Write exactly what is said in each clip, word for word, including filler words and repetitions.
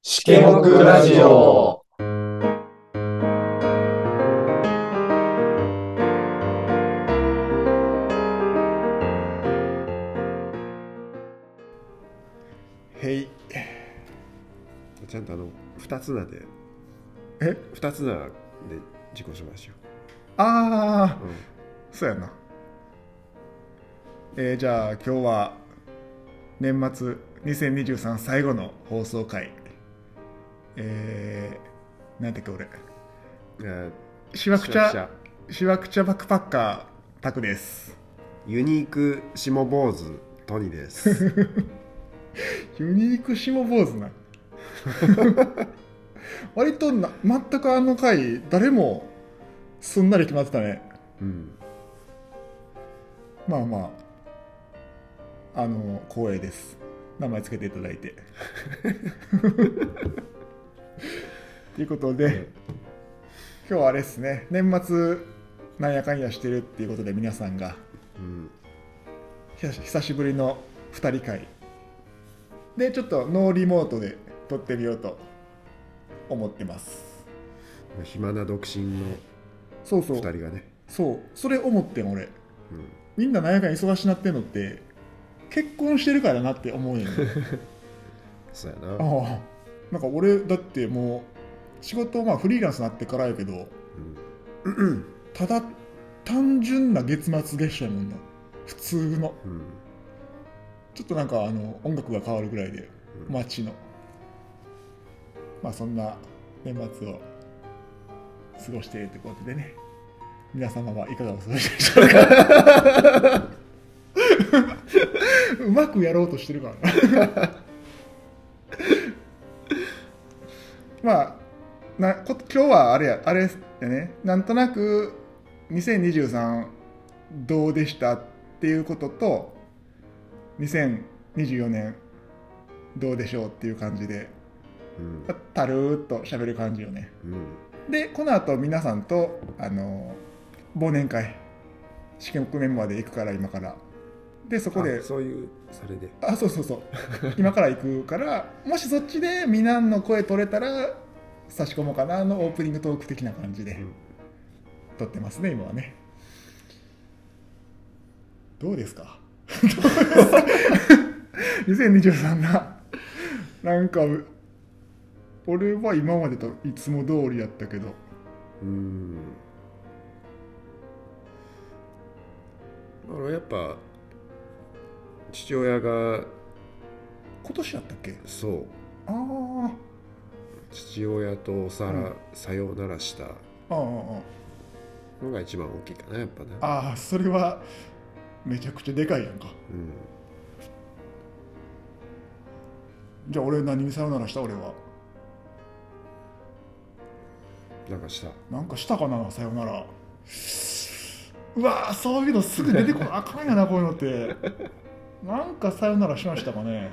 しけもくラジオ。 へい。 ちゃんとあの二つ名でえ二つ名で自己紹介しよああ、 う、うん、 そうやな。えー、じゃあ今日は年末にせんにじゅうさん最後の放送回。えー、なんていうか俺えしわくちしわくちゃゃしわくちゃバックパッカータクです。 ユニーク下坊主トニですユニーク下坊主な割とな全くあの回誰もすんなり決まってたね。 うんまあまああの光栄です、名前つけていただいてということで、うん、今日はあれですね、年末なんやかんやしてるっていうことで皆さんが、うん、久しぶりのふたり会でちょっとノーリモートで撮ってみようと思ってます。 暇な独身のそうそうふたりがね、 そうそれ思ってん俺、うん、みんななんやかんや忙しなってんのって結婚してるからなって思うねんそうやな。 ああ、なんか俺だってもう仕事まあフリーランスになってからやけど、うん、ただ単純な月末月初やもんな、普通の、うん、ちょっとなんかあの音楽が変わるぐらいで、うん、街のまあそんな年末を過ごしているということでね、皆様はいかがお過ごしでしょうかうまくやろうとしてるからなまあなこ今日はあれやあれやね、なんとなくにせんにじゅうさんどうでしたっていうこととにせんにじゅうよねんどうでしょうっていう感じで、うん、たるーっと喋る感じよね、うん、でこの後皆さんとあの忘年会試験メンバーで行くから今からでそこでそういうそれであそうそうそう今から行くからもしそっちでみんなの声取れたら差し込もうかなのオープニングトーク的な感じで、うん、撮ってますね今はね。どうですかにせんにじゅうさんな、なんか俺は今までといつも通りやったけど、うーんあのやっぱ父親が今年やったっけ。 そうああ父親とおさら、うん、さようならしたのが一番大きいかなやっぱね。 ああそれはめちゃくちゃでかいやんか、うん、じゃあ俺何にさようならした。俺はなんかしたなんかしたかなさようなら。うわそういうのすぐ出てこなあかんやなこういうのってなんかさよならしましたかね。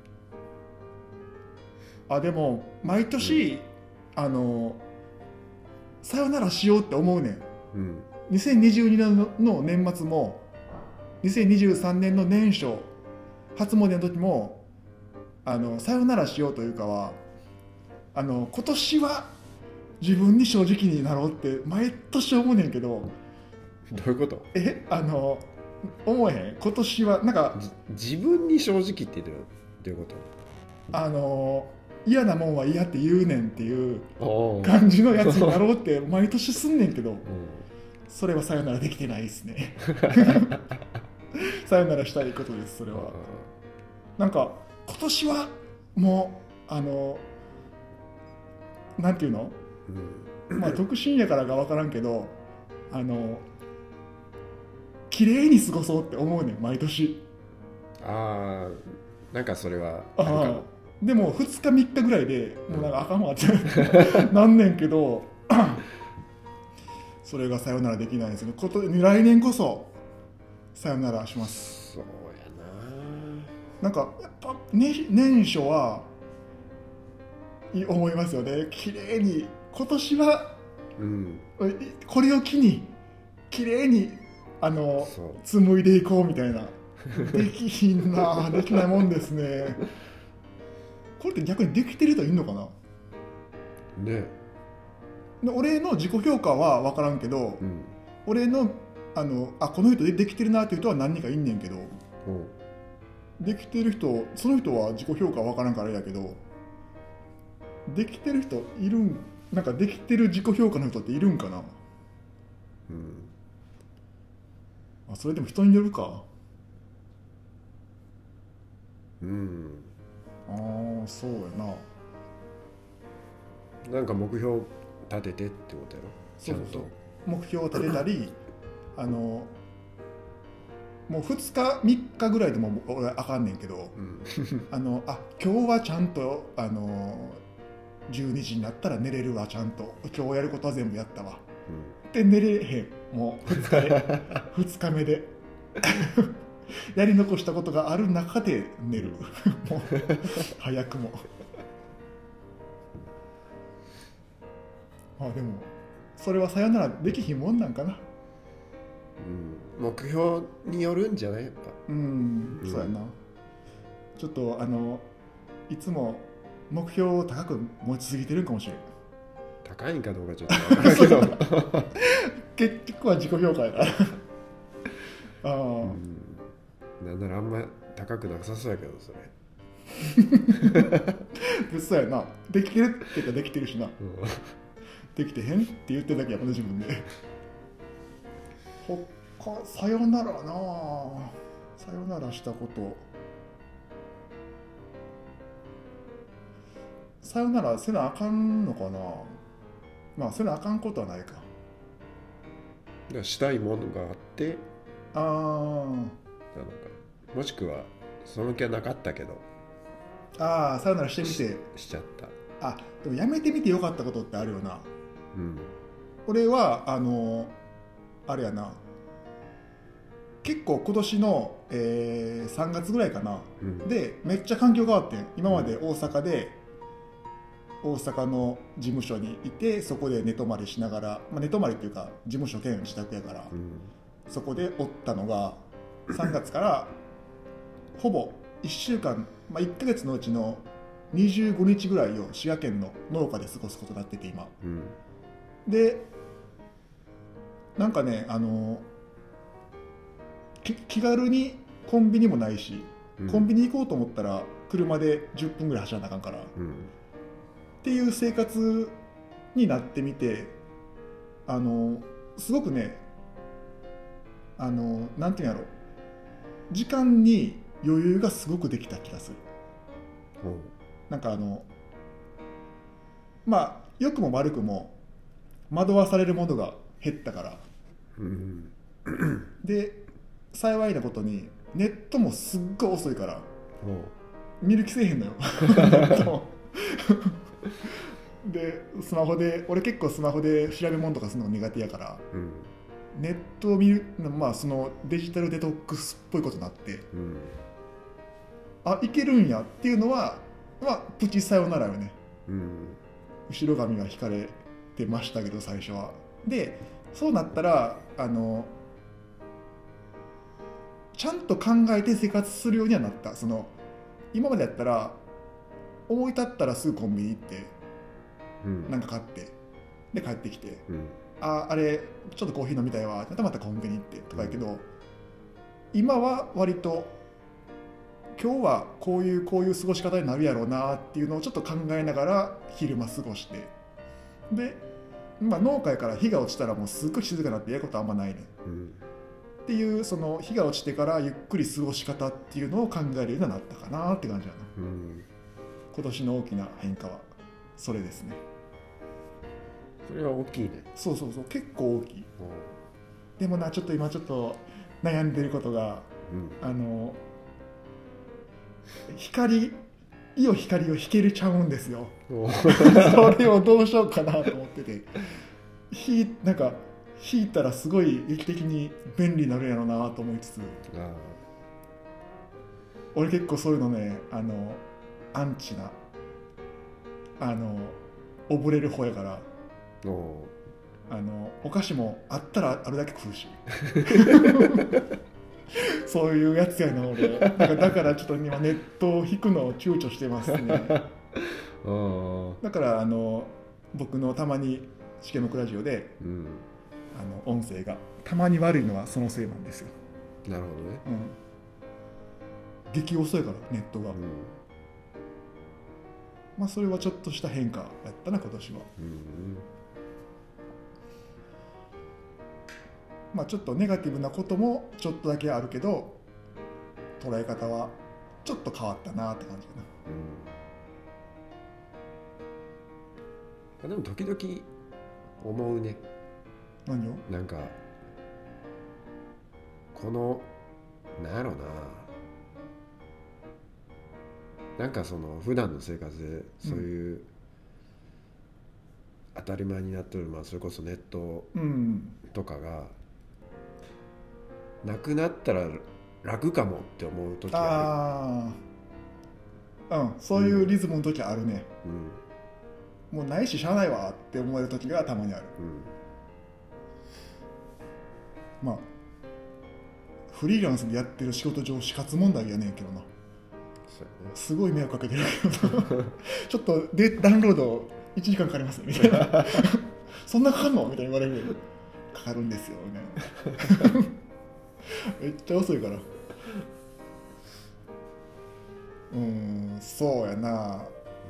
あでも毎年、うん、あのさよならしようって思うねん、うん、にせんにじゅうにねん の, の年末もにせんにじゅうさんねんの年初初詣の時もあのさよならしようというかはあの今年は自分に正直になろうって毎年思うねんけど。 どういうこと？ えあの思えへん今年はなんか自分に正直って言ってるどういうこと？ あの嫌なもんは嫌って言うねんっていう感じのやつになろうって毎年すんねんけど、うん、それはさよならできてないですねさよならしたいことです。それはなんか今年はもうあのなんていうの、うん、まあ独身やからか分からんけどあの綺麗に過ごそうって思うねん毎年。 ああなんかそれはあるかも。 でもふつかみっかぐらいでもうなんかあかんわってなんねんけどそれがさよならできないんですよ。こと来年こそさよならします。 そうやな。なんかやっぱ、ね、年初は思いますよね。綺麗に今年は、うん、これを機に綺麗にあの紡いでいこうみたいなできひんなできないもんですねこれって逆にできてる人いんのかなね。 で俺の自己評価は分からんけど、うん、俺のあのあこの人でできてるなっていう人は何人かいんねんけど、うん、できてる人その人は自己評価は分からんからあれだけど、できてる人いるんなんかできてる自己評価の人っているんかな、うん、あそれでも人によるか。 うんああそうやな。なんか目標立ててってことやろ。 ちゃんとそうそう目標を立てたりあのもうふつかみっかぐらいでも俺あかんねんけど、うん、あのあ今日はちゃんとあのじゅうにじになったら寝れるわ、ちゃんと今日やることは全部やったわ、うん、で寝れへん、もうふつかでふつかめでやり残したことがある中で寝るもう早くもあでもそれはさよならできひんもんなんかな、 うん、目標によるんじゃないやっぱ。 うん、うん、そうやな。ちょっとあのいつも目標を高く持ちすぎてるかもしれん。 高いんかどうかちょっと分からんけど結局は自己評価やからあ、うん、 なんならあんま高くなさそうやけどそれそうやな。できてるって言ったらできてるしな、うん、できてへんって言ってるだけやもんね自分でほかさよならなさよならしたことさよならせなあかんのかな。まあせなあかんことはないか。 だしたいものがあってああなのか、 もしくはその気はなかったけどああさよならしてみてし, しちゃった。 あでもやめてみてよかったことってあるよな、 うん、 俺はあのあれやな結構今年の、えー、さんがつぐらいかな、うん、でめっちゃ環境変わってん。今まで大阪で、うん、大阪の事務所にいてそこで寝泊まりしながら、まあ、寝泊まりっていうか事務所兼自宅やから、うん、そこでおったのがさんがつからほぼいっしゅうかん、まあ、いっかげつのうちのにじゅうごにちぐらいを滋賀県の農家で過ごすことになってて今、うん、でなんかねあの気軽にコンビニもないし、うん、コンビニ行こうと思ったら車でじゅっぷんぐらい走らなあかんから、うん、っていう生活になってみてあのすごくねあのなんていうんやろ時間に余裕がすごくできた気がする、うん、なんかあのまあ良くも悪くも惑わされるものが減ったから、うん、で幸いなことにネットもすっごい遅いから見る気せえへんのよでスマホで俺結構スマホで調べ物とかするのが苦手やから、うん、ネットを見る、まあ、そのデジタルデトックスっぽいことになって、うん、あいけるんやっていうのは、まあ、プチさよならよね、うん、後ろ髪が引かれてましたけど最初は。でそうなったらあのちゃんと考えて生活するようにはなった。その今までやったら思い立ったらすぐコンビニ行ってなんか買ってで帰ってきて、うん、ああれちょっとコーヒー飲みたいわまたまたコンビニ行ってとかやけど、うん、今は割と今日はこういうこういう過ごし方になるやろうなっていうのをちょっと考えながら昼間過ごしてで、まあ、農家やから日が落ちたらもうすっごい静かになってやることあんまないね、うんっていうその日が落ちてからゆっくり過ごし方っていうのを考えるようになったかなって感じだな、うん、今年の大きな変化はそれですね。 それは大きいね。 そうそうそう結構大きい、うん、でもなちょっと今ちょっと悩んでることが、うん、あの光いよ光を引けるちゃうんですよそれをどうしようかなと思っててひなんか引いたらすごい劇的に便利になるやろうなと思いつつ、あ俺結構そういうのねあのアンチなあの溺れる方やからおあのお菓子もあったらあるだけ食うしそういうやつやな俺だから、だからちょっと今ネットを引くのを躊躇してますねだからあの僕のたまにしけもくラジオで、うん、あの音声がたまに悪いのはそのせいなんですよ。 なるほどね、 うん、激遅いからネットが、うん、まあそれはちょっとした変化やったな今年は、うん、まあちょっとネガティブなこともちょっとだけあるけど捉え方はちょっと変わったなって感じかな、 うん、でも時々思うね。 何を？ なんかこのなんやろな、なんかその普段の生活でそういう当たり前になってる、まあそれこそネットとかがなくなったら楽かもって思う時がある。ああ、うん、そういうリズムの時あるね、うん、もうないししゃあないわって思える時がたまにある、うん、まあフリーランスでやってる仕事上死活問題やねんけどな。そうやね、すごい迷惑かけてるけどちょっとでダウンロードいちじかんかかりますみたいなそんなかかんのみたいに言われるけどかかるんですよねめっちゃ遅いから。うーん、そうやな、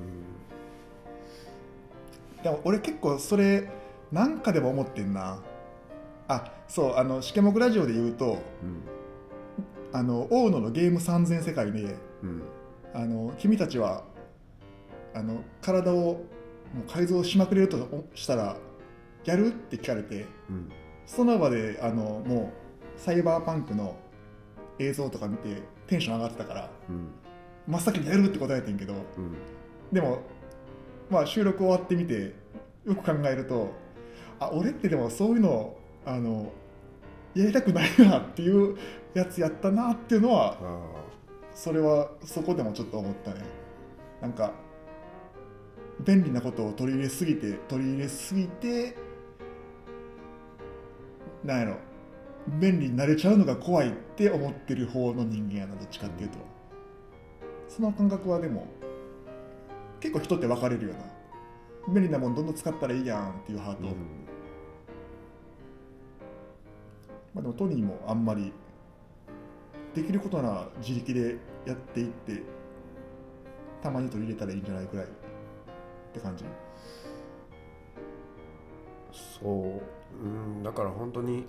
うん、でも俺結構それなんかでも思ってんな。あ、そう、あのしけもくラジオで言うと、うん、あの大野のゲームさんぜん世界で、うん、あの君たちはあの体をもう改造しまくれるとしたらやるって聞かれて、うん、その場であのもうサイバーパンクの映像とか見てテンション上がってたから、うん、真っ先にやるって答えてんけど、うん、でも、まあ、収録終わってみてよく考えると、あ、俺ってでもそういうのあのやりたくないなっていうやつやったなっていうのは、それはそこでもちょっと思ったね。なんか便利なことを取り入れすぎて取り入れすぎてなんやろ、便利になれちゃうのが怖いって思ってる方の人間やな、どっちかっていうと。その感覚はでも結構人って分かれるよな。便利なもんどんどん使ったらいいやんっていうハート、うん、まあ、でもトニーもあんまりできることなら自力でやっていってたまに取り入れたらいいんじゃないくらいって感じ。 そう、うん、だから本当に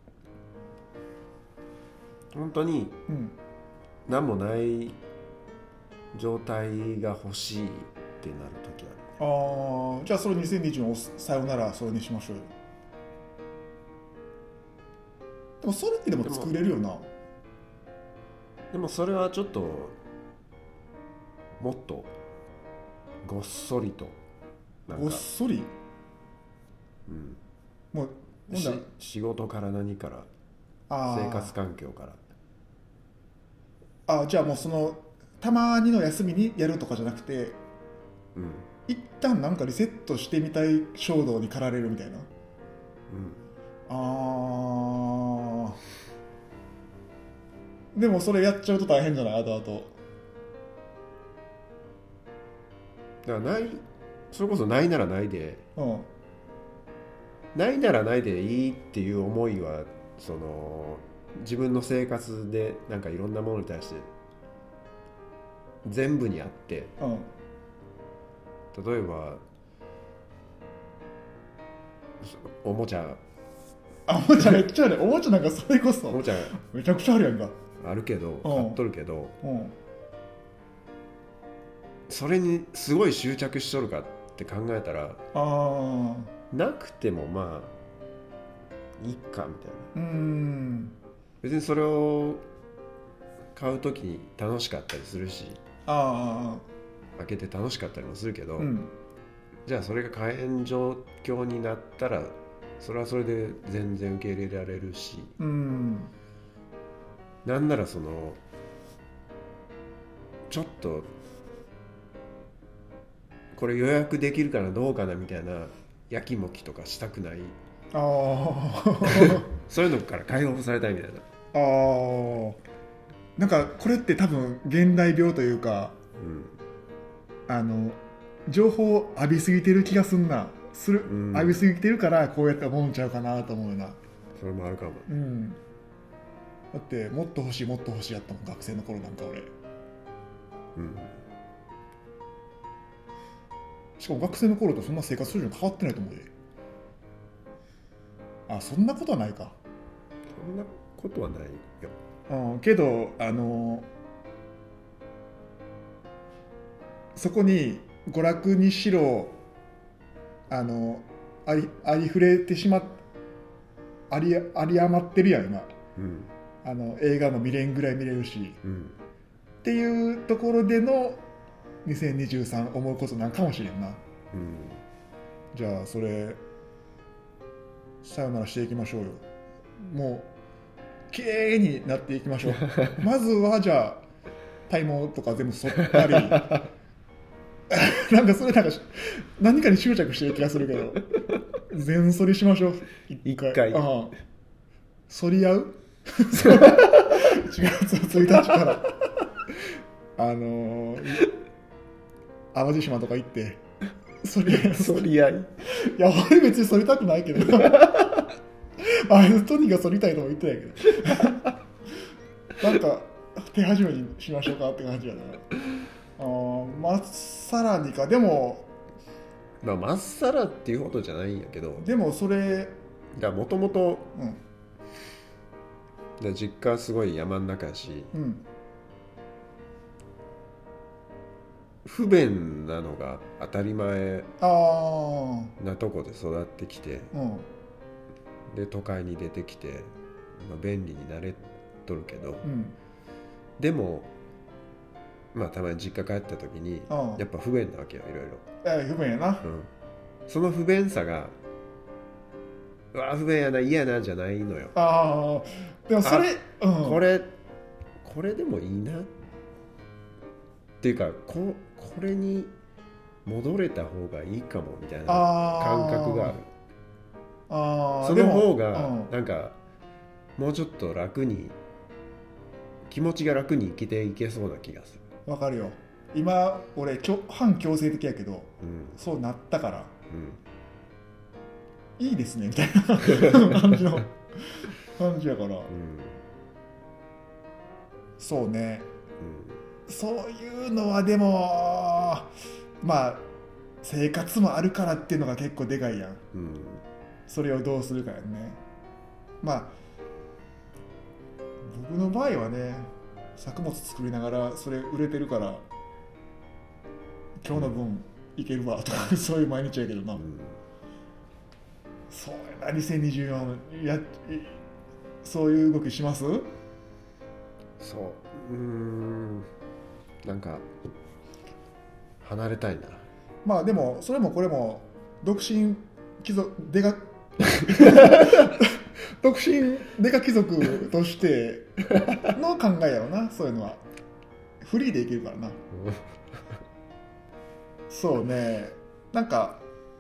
本当に何もない状態が欲しいってなる時ある。 ああ、じゃあそれにせんにじゅうのさよならそれにしましょうよ。でもそれってでも作れるよな。でも、 でもそれはちょっともっとごっそりとなんかごっそり、 うん、もう仕事から何から生活環境から 、ああ、じゃあもうそのたまにの休みにやるとかじゃなくて、うん、一旦なんかリセットしてみたい衝動に駆られるみたいな、うん、あー、でもそれやっちゃうと大変じゃない、あとあと。 だからない、それこそないならないで、うん、ないならないでいいっていう思いはその自分の生活でなんかいろんなものに対して全部にあって、うん、例えばおもちゃ、 あ、おもちゃめっちゃある。おもちゃなんかそれこそおもちゃめちゃくちゃあるやんか。 あるけど、買っとるけど、うん、それにすごい執着しとるかって考えたら、あ、なくてもまあいいかみたいな。うーん、別にそれを買うときに楽しかったりするし、ああ、開けて楽しかったりもするけど、うん、じゃあそれが買えん状況になったらそれはそれで全然受け入れられるし、うん、なんならそのちょっとこれ予約できるかなどうかなみたいなやきもきとかしたくない。あそういうのから解放されたいみたいな。あ、 なんかこれって多分現代病というか、うん、あの情報を浴びすぎてる気がすんなする、うん、浴びすぎてるからこうやって思うんちゃうかなと思うよな。 それもあるかも、 うん、だってもっと欲しいもっと欲しいやったもん学生の頃なんか俺、うん、しかも学生の頃とそんな生活水準変わってないと思うで。あ、そんなことはないか。 そんなことはないよ、 うん、けどあのそこに娯楽にしろあのありありふれてしまっありあり余ってるやん今、うん、あの映画も見れんぐらい見れるし、うん、っていうところでのにせんにじゅうさん思うことなんかもしれんな、うん、じゃあそれさよならしていきましょうよ。もうきれいになっていきましょうまずはじゃあ体毛とか全部剃ったりなんかそれなんか何かに執着してる気がするけど全剃りしましょう一回。一回。 ああ、剃り合うしがつついたちからあのー、淡路島とか行って剃り合い剃り合い。 いや俺別に剃りたくないけどあれトニーが剃りたいとも言ってないけどなんか手始めにしましょうかって感じやな。あまっさらにか。でもまあまっさらっていうことじゃないんやけど、 でもそれもともと実家すごい山の中やし、うん、不便なのが当たり前なとこで育ってきて、うん、で都会に出てきて、まあ、便利になれとるけど、うん、でもまあたまに実家帰った時にやっぱ不便なわけよ、いろいろ。 え不便やな、うん、 その不便さがうわ不便やな嫌やなじゃないのよ。 ああでもそれ、 うん、これこれでもいいなっていうか こ, これに戻れた方がいいかもみたいな感覚がある。あその方がなんかもうちょっと楽に気持ちが楽に生きていけそうな気がする。 わかるよ。今俺反強制的やけど、うん、そうなったから、うん、いいですねみたいな感じの感じやから、うん、そうね、うん、そういうのはでもまあ生活もあるからっていうのが結構でかいやん、うん、それをどうするかやんね。まあ僕の場合はね作物作りながらそれ売れてるから今日の分いけるわとかそういう毎日やけどな、うん、そうやなにせんにじゅうよんやそういう動きします？ そううーんなんか離れたいな。 まあでもそれもこれも独身貴族でが独身デカ貴族としての考えやろな。そういうのはフリーでいけるからなそうね、なんか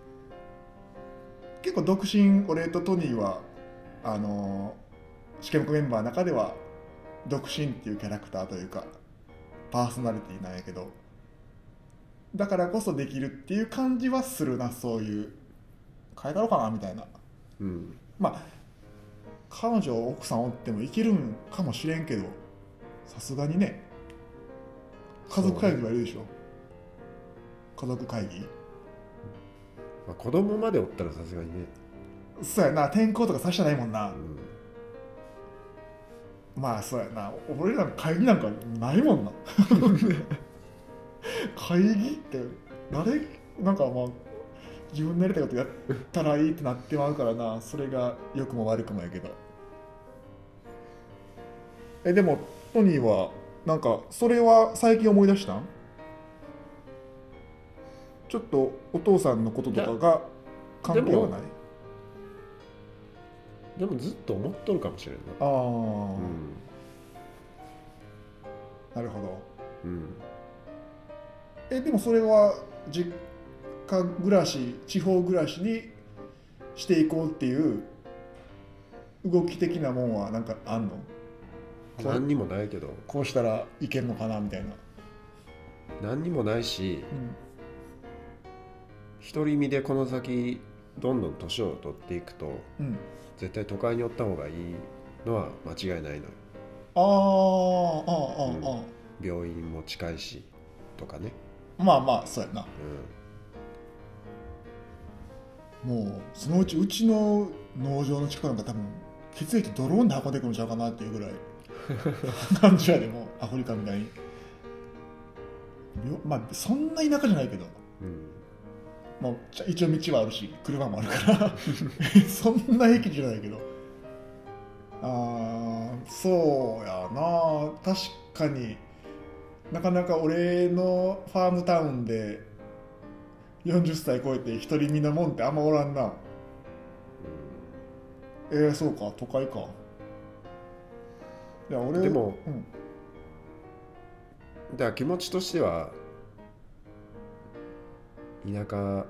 結構独身俺とトニーはあの試験目メンバーの中では独身っていうキャラクターというかパーソナリティなんやけど、だからこそできるっていう感じはするな。そういう変えたろうかなみたいな、うん、まあ彼女奥さんおってもいけるんかもしれんけどさすがにね家族会議はいるでしょ、ね、家族会議、 まあ、子供までおったらさすがにね。 そうやな、転校とかさせてないもんな、うん、まあそうやな、俺らの会議なんかないもんな会議って誰なんかまあ自分のやりたいことやったらいいってなってまうからな。それが良くも悪くもやけど。えでもトニーはなんかそれは最近思い出したん？ちょっとお父さんのこととかが関係はない？ でも、でもずっと思っとるかもしれんな。ああ、うん、 なるほど、うん、えでもそれは実家暮らし地方暮らしにしていこうっていう動き的なもんはなんかあんの？ 何にもないけどこうしたらいけるのかなみたいな。 何にもないし、 独り身でこの先どんどん年を取っていくと、 うん、 絶対都会におった方がいいのは間違いないのよ。 あーあーあーあー、 うん、病院も近いしとかね。 まあまあそうやな、 うん、 もうそのうちうちの農場の近くなんか多分血液ドローンで運んでくるんちゃうかなっていうぐらい感じやで、もうアフリカみたいに。まあそんな田舎じゃないけど、 うん、 まあ、一応道はあるし車もあるからそんな駅じゃないけど、あーそうやな、確かになかなか俺のファームタウンでよんじゅっさい超えて独り身なもんってあんまおらんな、うん、えー、そうか、都会か。いや俺でも、 うん、 だから気持ちとしては田舎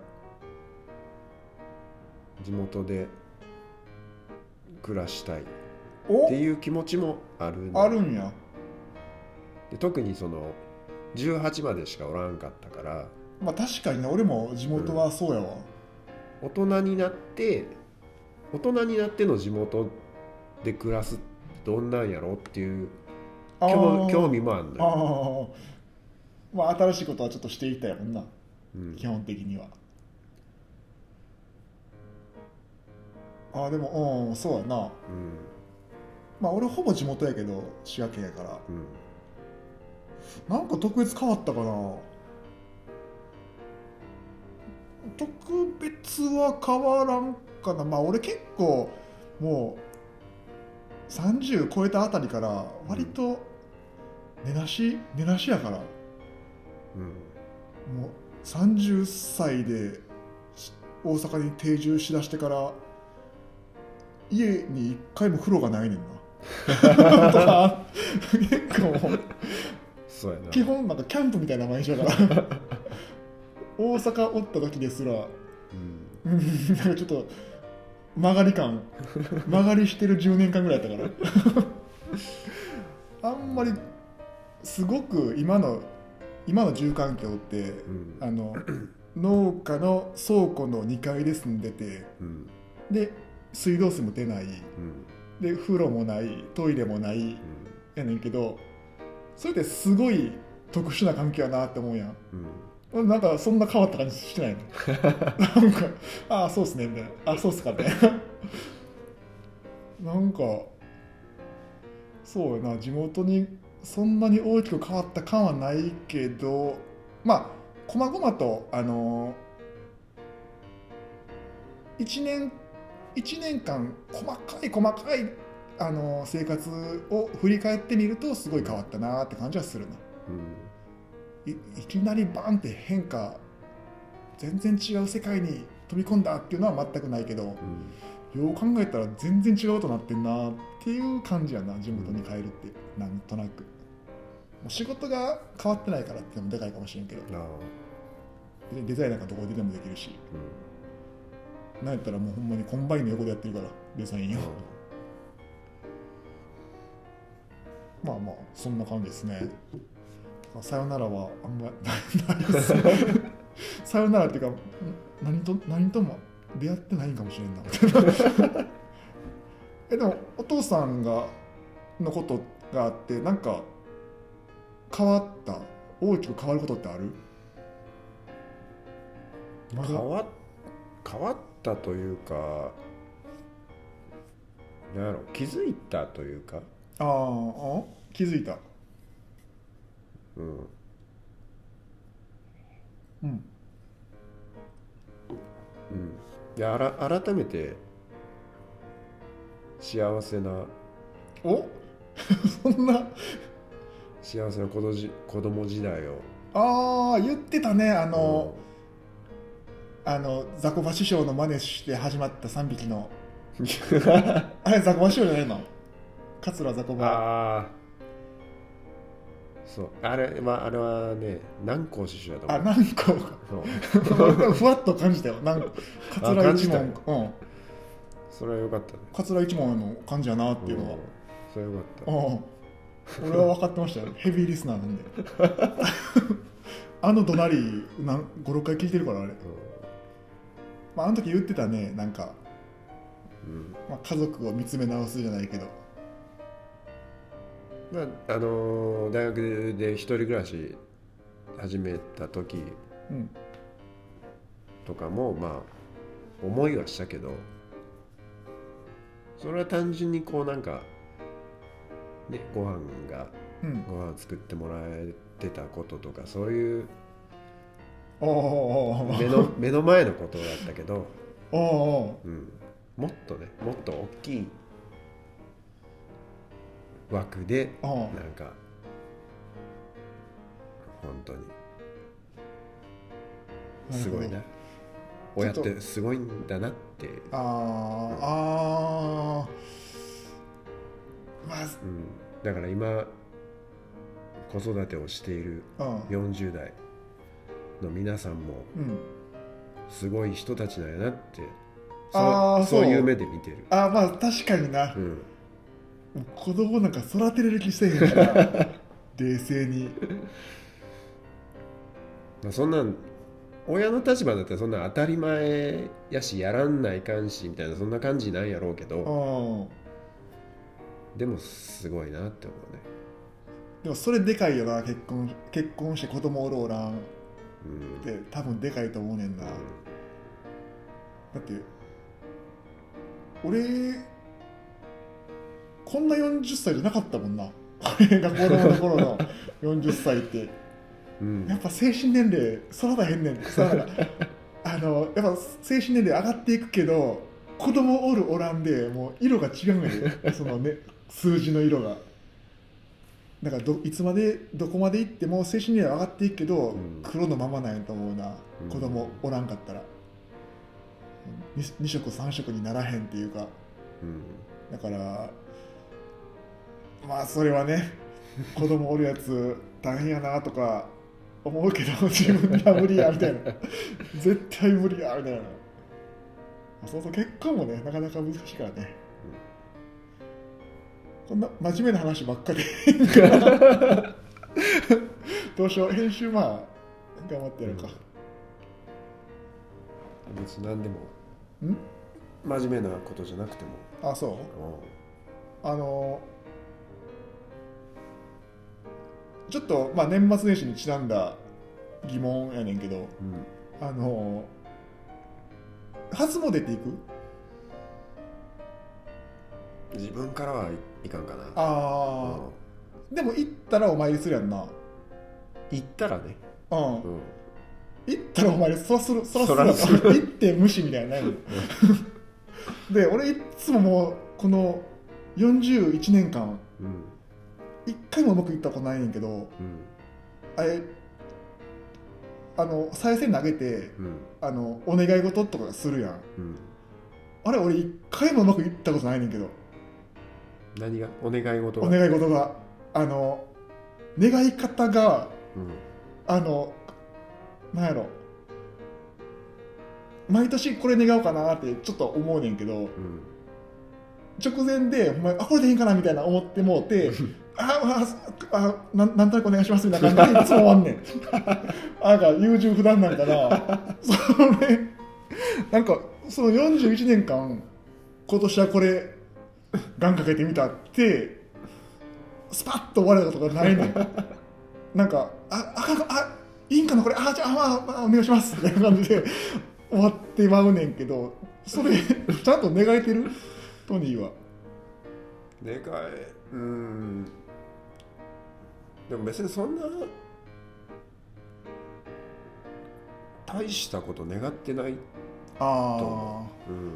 地元で暮らしたいっていう気持ちもあるあるんや。 で特にそのじゅうはちまでしかおらんかったから、 まあ確かにね、俺も地元はそうやわ、 うん、大人になって大人になっての地元で暮らすってどんなんやろっていう興, 興味もあるのよ。 あ、まあ、新しいことはちょっとしていったやもんな、うん、基本的には。あでも、うん、そうやな、うん、まあ俺ほぼ地元やけど滋賀県やから、うん、なんか特別変わったかな。特別は変わらんかな。まあ俺結構もうさんじゅう超えたあたりから割と根なし根なしやから、うん、もうさんじゅっさいで大阪に定住しだしてから家に一回も風呂がないねんなとか結構そうやな、 基本なんかキャンプみたいな毎日だから大阪おった時ですら、うん、なんかちょっと曲がり感曲がりしてるじゅうねんかんぐらいやったからあんまりすごく今の今の住環境って、うん、あの農家の倉庫のにかいで住んでて、うん、で水道水も出ない、うん、で風呂もないトイレもない、うん、やねんけど、それってすごい特殊な環境やなって思うやん、うん、なんかそんな変わった感じしてないのなんかああそうっすねみたいな、あそうっすかみたいななんかそうやな、地元にそんなに大きく変わった感はないけど、まあこまごまとあのいちねんいちねんかん細かい細かいあの生活を振り返ってみるとすごい変わったなって感じはするな、うん、い, いきなりバンって変化、全然違う世界に飛び込んだっていうのは全くないけど、うん、よう考えたら全然違うとなってんなっていう感じやな、地元に帰るって、うん、なんとなくもう仕事が変わってないからっていうのもでかいかもしれんけど、デザインなんかどこででもできるし、うん、なんやったらもうほんまにコンバインの横でやってるからデザインを、うん、まあまあそんな感じですね。さよならはあんまないですさよならっていうか何と何とも出会ってないんかもしれんなえでもお父さんがのことがあってなんか変わった大きく変わることってある？ ま、変わ変わったというか、なんやろ、気づいたというか、 ああ気づいた、 うんうん、 うん、いやあら改めて幸せなおそんな幸せな子供じ子供時代をああ言ってたね、あの、うん、あのザコバ師匠の真似して始まったさんびきのあれザコバ師匠じゃないの？桂ザコバ。 ああそうあれ、まあ、あれはね南光師匠だと思う。 あ南光かふわっと感じたよ、なん桂一門、うん、 それはよかったね、 桂一門の感じやなっていうのは、うん、 それはよかった、うん俺は分かってましたよヘビーリスナーなんであの怒鳴りご、ろっかい聞いてるからあれ、うん、 まあ、あの時言ってたね、なんか、うんまあ、家族を見つめ直すじゃないけど、 まああのー、大学で一人暮らし始めた時とかも、うん、まあ思いはしたけど、それは単純にこうなんかね、ご飯が、うん、ご飯作ってもらえてたこととかそういう目の、目の前のことだったけどおお、うん、もっとねもっと大きい枠でなんか本当にすごいな、親ってすごいんだなって。あ、うん、あまあ、うん、だから今子育てをしているよんじゅう代の皆さんもすごい人たちなんやなって、うん、そ, そういう目で見てる。 ああまあ確かにな、うん、子供なんか育てれる気せえへんから冷静にそんなん親の立場だったらそんな当たり前やしやらんないかんしみたいなそんな感じなんやろうけど、でもすごいなって思うね。 でもそれでかいよな、結婚結婚して子供おるおらんって、うん、多分でかいと思うねんな、うん、だって俺こんなよんじゅっさいじゃなかったもんな俺が子供の頃のよんじゅっさいってうん、やっぱ精神年齢育たへんねんさあのやっぱ精神年齢上がっていくけど子供おるおらんでもう色が違うんやでその、ね、数字の色がだからどいつまでどこまでいっても精神年齢上がっていくけど、うん、黒のままなんやと思うな、うん、子供おらんかったら 2, に食さん食にならへんっていうか、うん、だからまあそれはね子供おるやつ大変やなとか思うけど自分には無理やみたいな絶対無理やみたいな。そうそう結婚もねなかなか難しいからね、うん、こんな真面目な話ばっかりどうしよう編集まあ頑張ってやるか、 うん、別に何でもん真面目なことじゃなくても。 あそう、うん、あのちょっと、まあ、年末年始にちなんだ疑問やねんけど、うん、あの初詣って行く？ 自分からはいかんかな。 あ、うん、でも行ったらお参りするやんな。 行ったらね、 うん、うん、行ったらお参りそらするそらする行って無視みたいなのないで俺いつももうこのよんじゅういちねんかん、うん一回もうまくいったことないねんけど、うん、あれあの再生投げて、うん、あのお願い事とかするやん、うん、あれ俺一回もうまくいったことないねんけど。 何がお願い事が？ お願い事があの願い方が、うん、あのなんやろ毎年これ願おうかなってちょっと思うねんけど、うん、直前でお前あこれでいいんかなみたいな思ってもうてあああな, なんとなくお願いしますみたいな感じでいつも終わんねんなんか優柔不断なんかなそれなんかそのよんじゅういちねんかん今年はこれガンかけてみたってスパッと終わることがないねんなんかあああいいんかなこれあじゃあ、まあまあ、お願いしますみたいな感じで終わってまうねんけど、それちゃんと願えてる？トニーは願えうーんでも別にそんな大したこと願ってないと思う。あ、うん、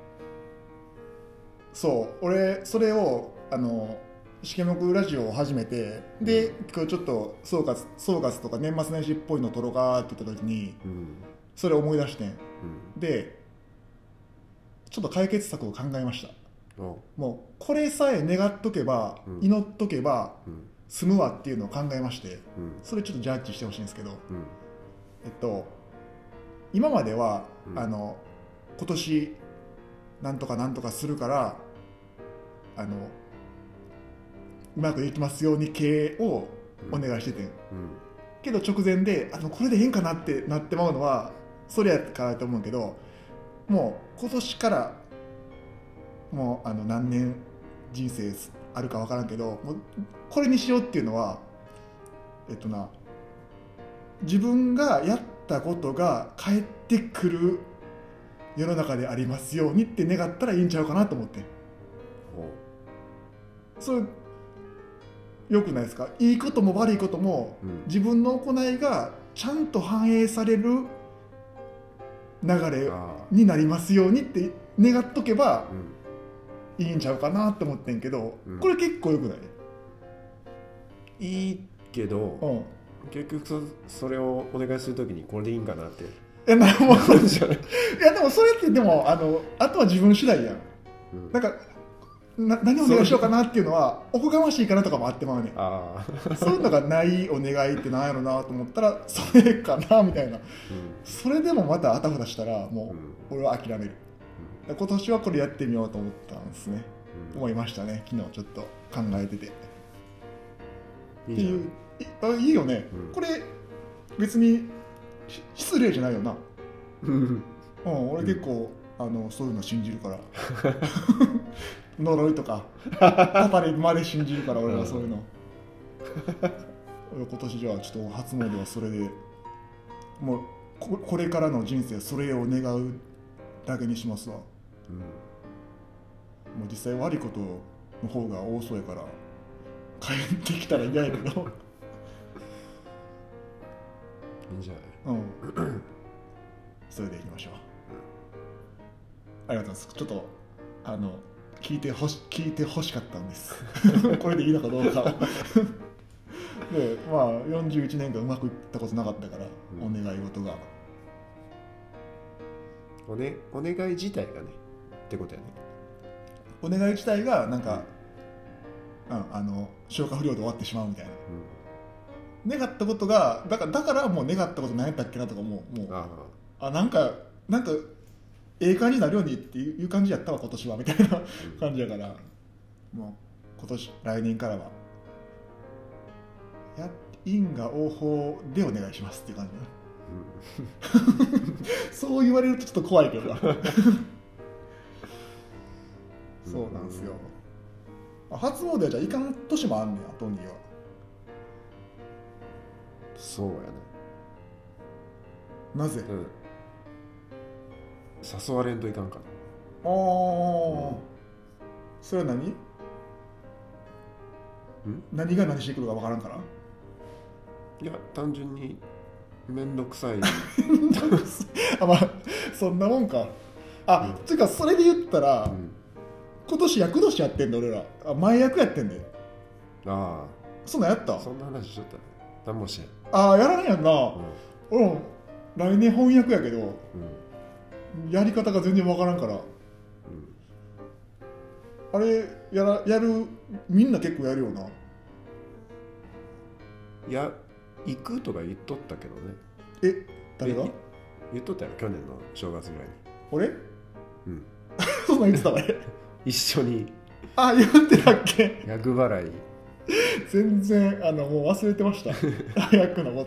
そう俺それをあのしけもくラジオを始めてで、うん、今日ちょっと総括総括とか年末年始っぽいの撮ろうかって言った時に、うん、それを思い出してん、うん、でちょっと解決策を考えました。もうこれさえ願っとけば、うん、祈っとけば、うん、済むわっていうのを考えまして、うん、それちょっとジャッジしてほしいんですけど、うん、えっと今までは、うん、あの今年なんとかなんとかするからあのうまくいきますように系をお願いしてて、うん、けど直前であのこれでいいんかなってなってまうのはそれやからと思うけどもう今年からもうあの何年人生あるか分からんけど、もうこれにしようっていうのはえっとな自分がやったことが返ってくる世の中でありますようにって願ったらいいんちゃうかなと思って。それよくないですか？いいことも悪いことも、うん、自分の行いがちゃんと反映される流れになりますようにって願っとけばいいんちゃうかなと思ってんけど、うん、これ結構よくない？ いいけど、うん、結局 そ, それをお願いするときにこれでいいんかなって。 いや、なんもいやでもそれってでも あのあとは自分次第やん、うん、なんかな何をお願いしようかなっていうのはおこがましいかなとかもあってまうねん。あそういうのがないお願いってなんやろなと思ったらそれかなみたいな、うん、それでもまたあたふたしたらもう俺は諦める、うん、今年はこれやってみようと思ったんですね、うん、思いましたね。昨日ちょっと考えてていいっていうい, いいよね、うん、これ別に失礼じゃないよな、うん、俺結構、うん、あのそういうの信じるから呪いとかパパまで信じるから俺はそういうの、うん、今年じゃあちょっと初詣はそれでもう こ, これからの人生それを願うだけにしますわ、うん、もう実際悪いことの方が多そうやから帰ってきたら嫌やけどいいんじゃない？ うん、それでいきましょう、うん、ありがとうございます。ちょっとあの聞いてほし聞いてほしかったんですこれでいいのかどうかでまあよんじゅういちねんかんうまくいったことなかったから、うん、お願い事がお, ね、お願い自体がねってことやね。 お願い自体がなんか、うん、あの消化不良で終わってしまうみたいな、うん、願ったことがだからだからもう願ったこと何やったっけなとかもうもう あ, あなんかなんかええ感じになるようにっていう感じやったわ今年はみたいな感じやから、うん、もう今年来年からはや因果応報でお願いしますっていう感じ、うん、そう言われるとちょっと怖いけどなそうなんですよ。初詣はじゃあいかん年もあんねん、トニーは。 そうやね。 なぜ、 うん、誘われんといかんかな。ああ、 うん、それは何？ん？何が何してくるかわからんから？ いや、単純にめんどくさいあ、まあそんなもんか。あ、うん、つうかそれで言ったら、うん、今年厄年やってんだ俺ら。あ、前役やってんで。ああ、そんなんやった？ そんな話しちゃったね。何もしない。 ああ、やらないやんな、うん、俺も来年翻訳やけど、うん、やり方が全然わからんから、うん、あれやらやるみんな結構やるよな。 いや、行くとか言っとったけどね。 え、誰が？ 言っとったよ、去年の正月ぐらいに。 俺？うん。そんなん言ってたわね。 一緒に。 あ、言ってたっけ？ 厄払い。 全然あのもう忘れてました。役のこと。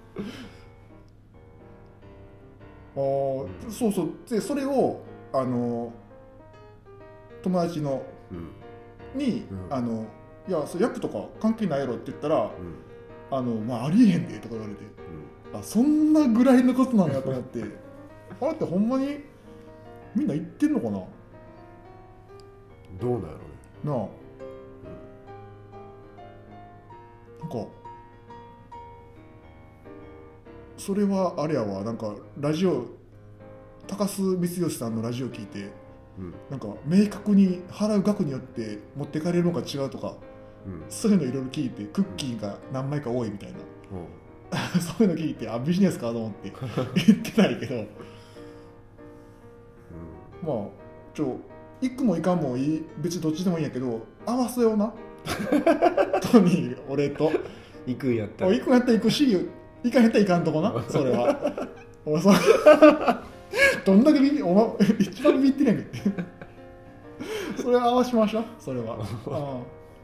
あ、そうそう。でそれをあの友達の、うん、に、うん、あのいやそれ役とか関係ないやろって言ったら、うん、あのまあありえへんでとか言われて、うん、あそんなぐらいのことなんやと思って、あれってほんまにみんな言ってんのかな。 どうなんやろうね。 なあ。なんかそれはあれやわ、なんかラジオ高須光義さんのラジオ聞いて、うん、なんか明確に払う額によって持ってかれるのが違うとか、うん、そういうのいろいろ聞いてクッキーが何枚か多いみたいな、うん、そういうの聞いてあビジネスかと思って言ってないけど、うん、まあちょ行くも行かんもいい別にどっちでもいいんやけど合わせようなトニー俺と行くんやったら行くんやったら行くし行かへんやったら行かんとこなそれはおそどんだけビビお、ま、一番ビビってんやんけそれは合わしましょうそれはあ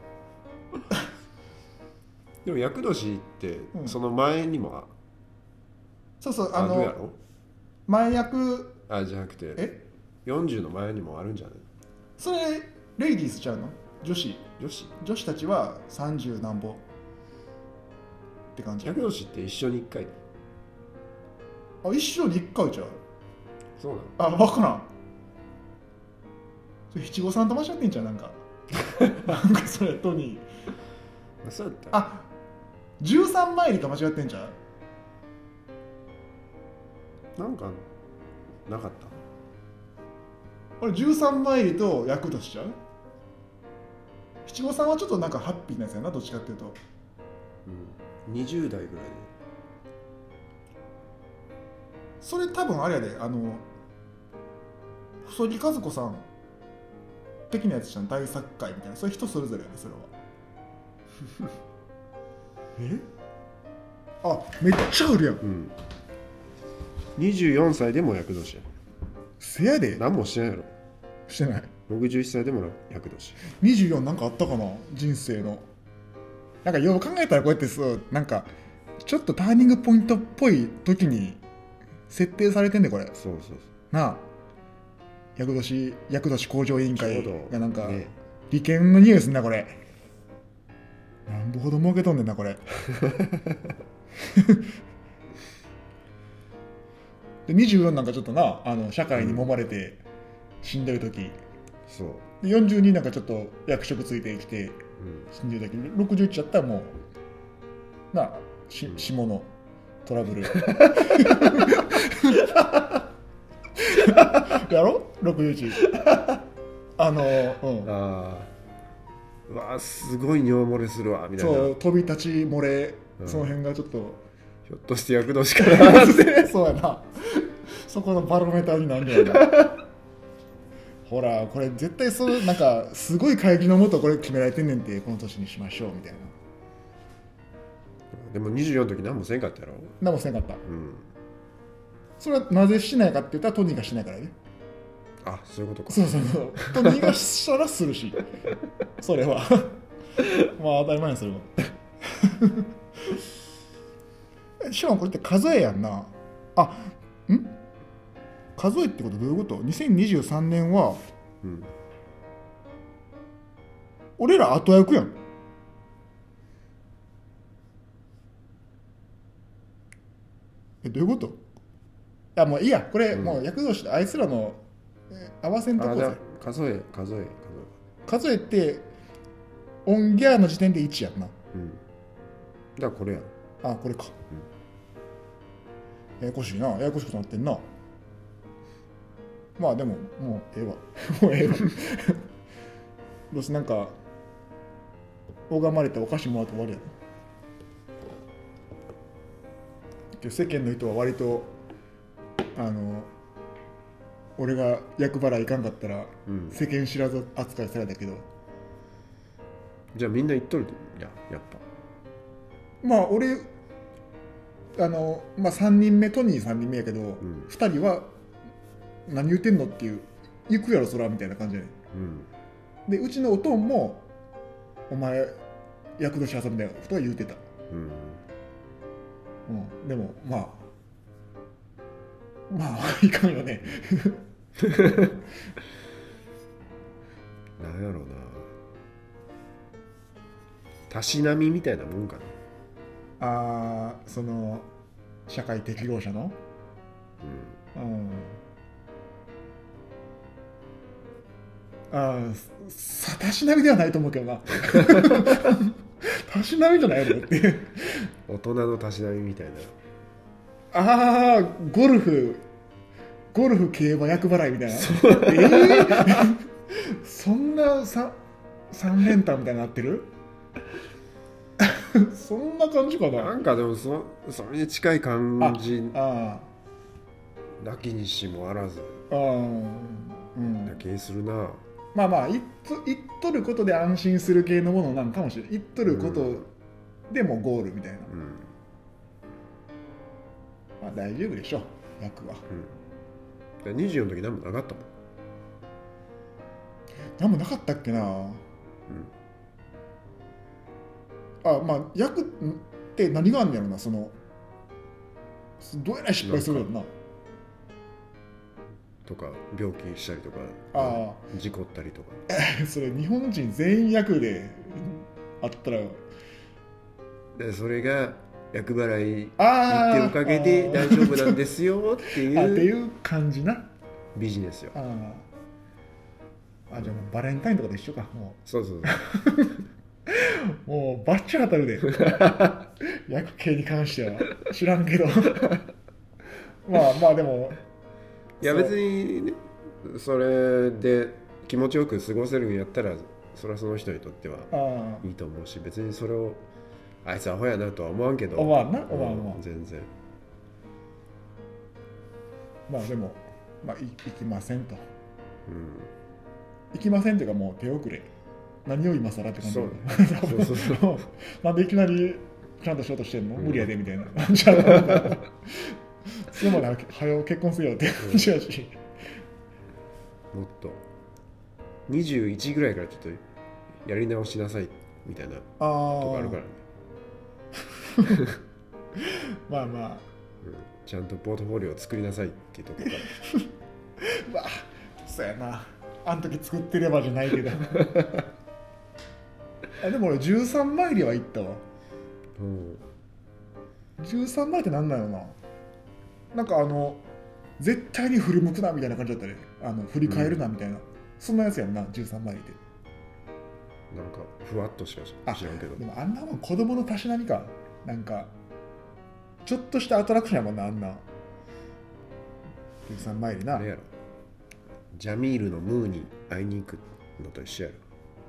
でも厄年って、うん、その前にもそうそうあの前役あ、じゃなくてえよんじゅうの前にもあるんじゃない？ それレイディースちゃうの？女子女子女子たちはさんじゅう何歩って感じ。 厄年って一生にいっかい。 あ、一生にいっかいちゃう？ そうなの？ あ、分からん。それ七五三と間違ってんじゃん、なんかなんかそれとにあ、そうやった。 あ、じゅうさん参りと間違ってんじゃん。 なんかなかった？ これじゅうさん参りと厄年ちゃう？七五三はちょっとなんかハッピーなやつやな、どっちかっていうと。 うん、にじゅう代ぐらいで。 それ多分あれやで、あの細木和子さん的なやつじゃん、大作会みたいな。それ人それぞれやで、それはえあ、めっちゃあるやん、 うん、にじゅうよんさいでも厄年や。 せやで。 何もしてないやろ。 してない。 ろくじゅういっさいでも厄年。 にじゅうよんなんかあったかな、人生の。なんかよく考えたらこうやってさ、なんかちょっとターニングポイントっぽい時に設定されてんねこれ。 そうそうそう。 なあ、厄年厄年向上委員会がなんか、 ね、 利権の匂いすんなこれ。なんぼほど儲けとんねんなこれでにじゅうよんなんかちょっとな、あの社会に揉まれて死んでる時、うん、 そうでよんじゅうになんかちょっと役職ついてきて死んでる時、ろくじゅういちやったらもうなあ、し、うん、下のトラブルやろろくじゅういちあの、うん、 あうわすごい尿漏れするわみたいな。 そう、飛び立ち漏れ、うん、その辺がちょっとひょっとして厄年かなってそうやな、そこのバロメーターになるんじゃないなほらこれ絶対そうなんかすごい会議のもとこれ決められてんねんて、この年にしましょうみたいな。 でもにじゅうよんの時何もせんかったやろ。 何もせんかった、 うん、 それはなぜしないかって言ったらトニーがしないからね。 あ、そういうことか。 そうそうそう、トニーがしたらするしそれはまあ当たり前にそれはしかもこれって数えやんな。あ、ん数えってことどういうこと？にせんにじゅうさんねんは、うん、俺ら後役やん。え、どういうこと？いやもういいや、これ、うん、もう厄年であいつらの合わせんとこぜ。 数え数え数えってオンギャーの時点でいちやんな。 うん、だからこれやろ。 あ、これか、うん、ややこしいな、ややこしくなってんな。まあでももうええわもうええわどうせなんか拝まれてお菓子もらって終わりやろ。世間の人は割とあの俺が厄払いいかんかったら、うん、世間知らず扱いされたけど、 じゃあみんな言っとるややっぱ。 まあ俺あの、まあ、さんにんめトニーさんにんめやけど、うん、ふたりは何言ってんのっていう、行くやろそらみたいな感じで、うん、でうちのおとんもお前厄年遊びだよとは言うてた、うんうん、でもまあまあいかんよねなんやろうな、たしなみみたいなもんかな。ああ、その社会適合者の、うん、うん、ああ、たしなみではないと思うけどなたしなみじゃないのって大人のたしなみみたいな。 ああ、ゴルフゴルフ競馬厄払いみたいな。そえー、そんなさ三連単みたいになってるそんな感じかな。 なんかでも そ, それに近い感じなきにしもあらずあ、うん、な気するな。 まあまあ言っとることで安心する系のものなんかもしれない。言っとることでもゴールみたいな、うん、まあ大丈夫でしょ役は、 うん、にじゅうよんの時何もなかったもん。 何もなかったっけな、うん、あ、まあ役って何があんねやろな、そのどうやら失敗するよな。 とか病気したりとかあ事故ったりとかそれ日本人全員役であったらでそれが厄払いっておかげで大丈夫なんですよっていうあっていう感じなビジネスよ。 ああじゃあもうバレンタインとかで一緒かもうそうそうそうもうバッチ当たるで役系に関しては知らんけどまあまあでもいや別にねそれで気持ちよく過ごせるんやったらそれはその人にとってはいいと思うし別にそれをあいつアホやなとは思わんけど思わんな思わん思わん全然まあでもまあい行きませんと、 うん、 行きませんっていうかもう手遅れ何を今更って感じそうそうそうそうなんでいきなりちゃんとしようとしてんの、うん、無理やでみたいな感じはそれまで早う結婚せよって感じやし、 うん、もっとにじゅういちぐらいからちょっとやり直しなさいみたいなとこあるからねまあまあ、 うん、ちゃんとポートフォリオを作りなさいっていうところからうわそうやなあん時作ってればじゃないけどあでも俺じゅうさんマイリは行ったわ、うん、じゅうさんマイリってなんなのななんかあの絶対に振り向くなみたいな感じだったねあの振り返るなみたいな、うん、そんなやつやんなじゅうさんマイリってなんかふわっとしか知らんけどでもあんなもん子供のたしなみかなんかちょっとしたアトラクションやもんなあんなじゅうさんマイリなあれやろジャミールのムーに会いに行くのと一緒やろ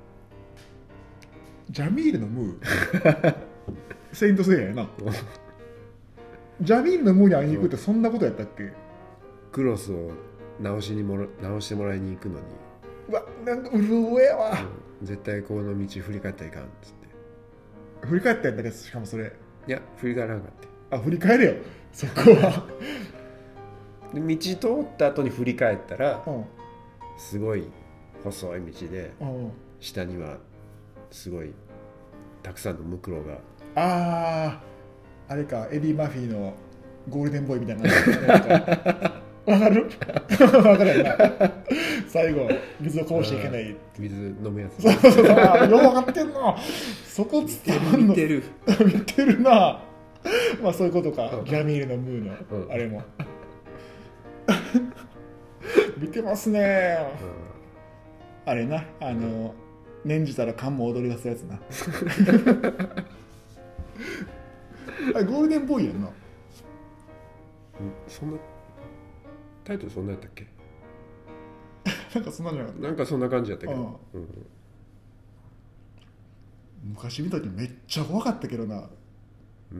ジャミールのムーセイントセイヤやなジャミールのムーに会いに行くってそんなことやったっけクロスを直しにもら直してもらいに行くのにうわなんかうるうやわ、 うん、絶対この道振り返ったらいかんっつって振り返ったんだけどしかもそれいや振り返らなかったあ振り返れよそこはで道通った後に振り返ったら、 うん、 すごい細い道で、 うん、 下にはすごいたくさんのムクロがあああれかエディ・マフィーのゴールデンボーイみたいなわかるわかるやな最後水をこぼしちゃいけない水飲むやつそうそうそうよう分かってんのそこ伝わんの見てる見てるなまあそういうことか、うん、ジャミールのムーの、うん、あれも見てますね、うん、あれなあの、うん、念じたら缶も踊り出すやつなあれゴールデンボーイやんな、 うん、そんなタイトルそんなやったっけなんかそんなんじゃなかったなんかそんな感じやったけど、うんうん、 昔見た時めっちゃ怖かったけどな、うん、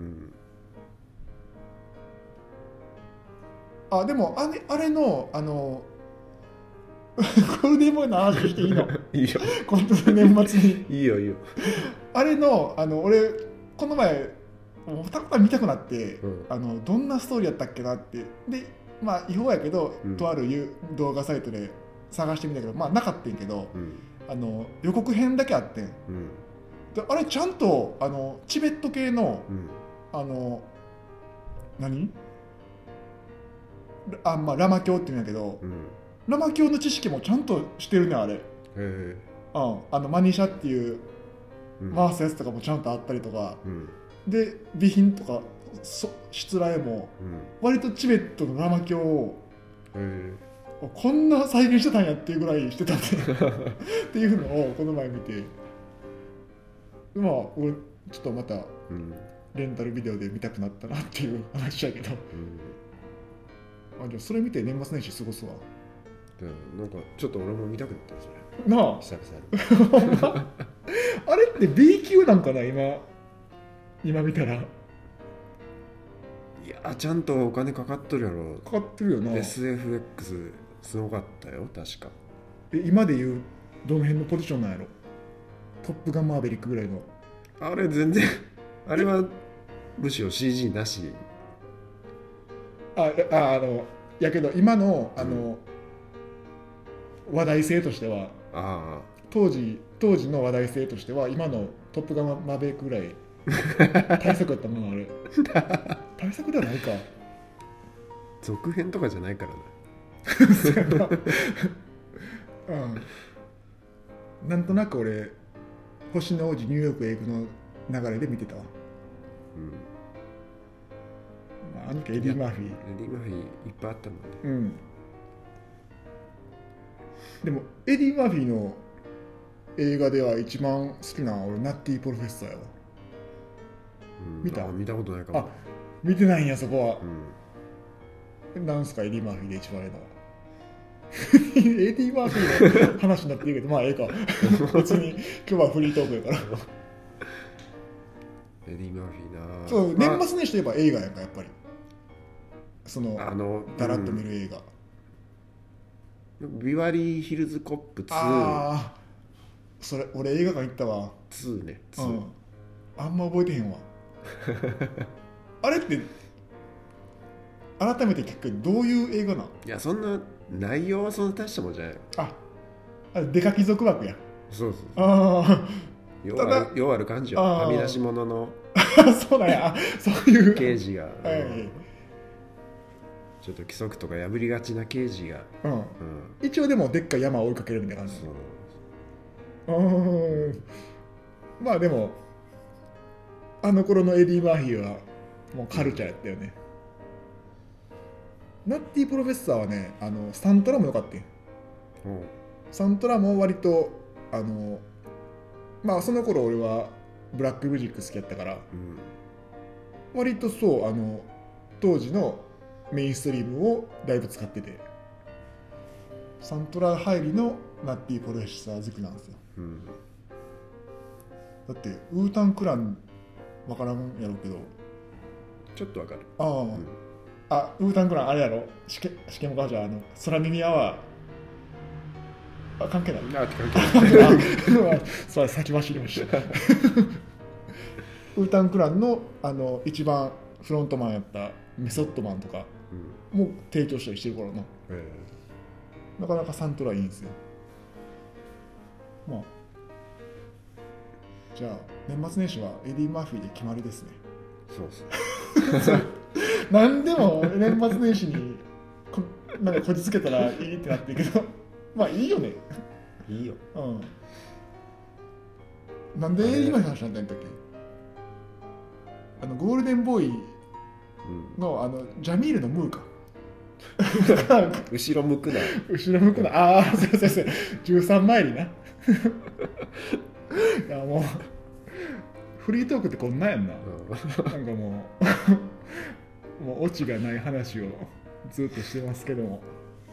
あでもあれ、あれのあのゴールデンボーイの話していいのいいよ今年年末にいいよいいよあれのあの俺この前もうたくさん見たくなって、うん、あのどんなストーリーやったっけなってでまあ違法やけど、うん、とある動画サイトで探してみたけどまあなかったんけど、うん、あの予告編だけあってん、うん、であれちゃんとあのチベット系の、うん、あの何あ、まあ、ラマ教って言うんやけど、うん、ラマ教の知識もちゃんとしてるねあれ。へえ。うん、あのマニシャっていう回すやつとかもちゃんとあったりとか、うん、で備品とかしつらえも割とチベットのラマ教を、うん、こんな再現してたんやっていうぐらいしてたんでっていうのをこの前見てまあ俺ちょっとまたレンタルビデオで見たくなったなっていう話やけど、うん、あじゃあそれ見て年末年始過ごすわ。 なんかちょっと俺も見たくなったそれなあ久々にあれって B 級なんかな今今見たら。 いやちゃんとお金かかっとるやろ。 かかってるよな。 エスエフエックス すごかったよ確か。 え今でいうどの辺のポジションなんやろ。トップガンマーヴェリックぐらいの。 あれ全然あれはむしろ シージー なし。 あああのやけど今のあの、うん、話題性としてはあ当時当時の話題性としては今のトップガンマーヴェリックぐらい対策やったものあれ対策ではないか。 続編とかじゃないからな。 うんなんとなく俺星の王子ニューヨークへ行くの流れで見てたわ、うんまあ、あの時エディ・マーフィーエディ・マーフィーいっぱいあったもんね、 うん、でもエディ・マーフィーの映画では一番好きなのは俺ナッティ・プロフェッサーやわ、 うん、 見た？ 見たことないかも。 あ、見てないんやそこは、 うん、 なんすかエディ・マーフィーで一番ええのはエディ・マーフィーの話になって言うけどまあええか別に今日はフリートークやからエディ・マーフィーなそう、 まあ、 年末年始といえば映画やんかやっぱりそのあのだらっと見る映画、 うん、ビバリーヒルズコップツー。 ああそれ俺映画館行ったわツーねツー、 うん、あんま覚えてへんわあれって改めて聞くどういう映画なん？ いやそんな内容はそんな大したもんじゃない。 ああデカ貴族枠や。 そうそうそう。 あようあるようある感じよ。はみ出し物のそうなんやそういう刑事が、 はい、 ちょっと規則とか破りがちな刑事が、 うんうん、一応でもでっかい山を追いかけるみたいな感じ。そううんまあでもあの頃のエディ・マーフィーはもうカルチャーやったよね、うん、ナッティ・プロフェッサーはねあのサントラも良かったよ、うん、サントラも割とあのまあその頃俺はブラックミュージック好きやったから、うん、割とそうあの当時のメインストリームをだいぶ使っててサントラ入りのナッティ・プロフェッサー好きなんですよ、うん、だってウータンクラン分からんやろうけどちょっと分かる。 ああ、うん、あウータンクランあれやろ試験試験もかじゃあの空耳アワーあ関係ないあ関係ないそれ先走りましたウータンクランのあの一番フロントマンやったメソッドマンとかも提供したりしてるからな、うんなかなかサントラいいんですよ。まあじゃあ年末年始はエディ・マーフィーで決まりですね。 そうですね何でも年末年始にこなんかこじつけたらいいってなってるけどまあいいよね。 いいよ、 うん、なんでエディ・マーフィーの話なんだっけ。あのゴールデンボーイの、うん、あのジャミールのムーか後ろ向くな後ろ向くなああそうそうそうじゅうさんマイリないやもうフリートークってこんなんやんな、うん、なんかもうもうオチがない話をずっとしてますけども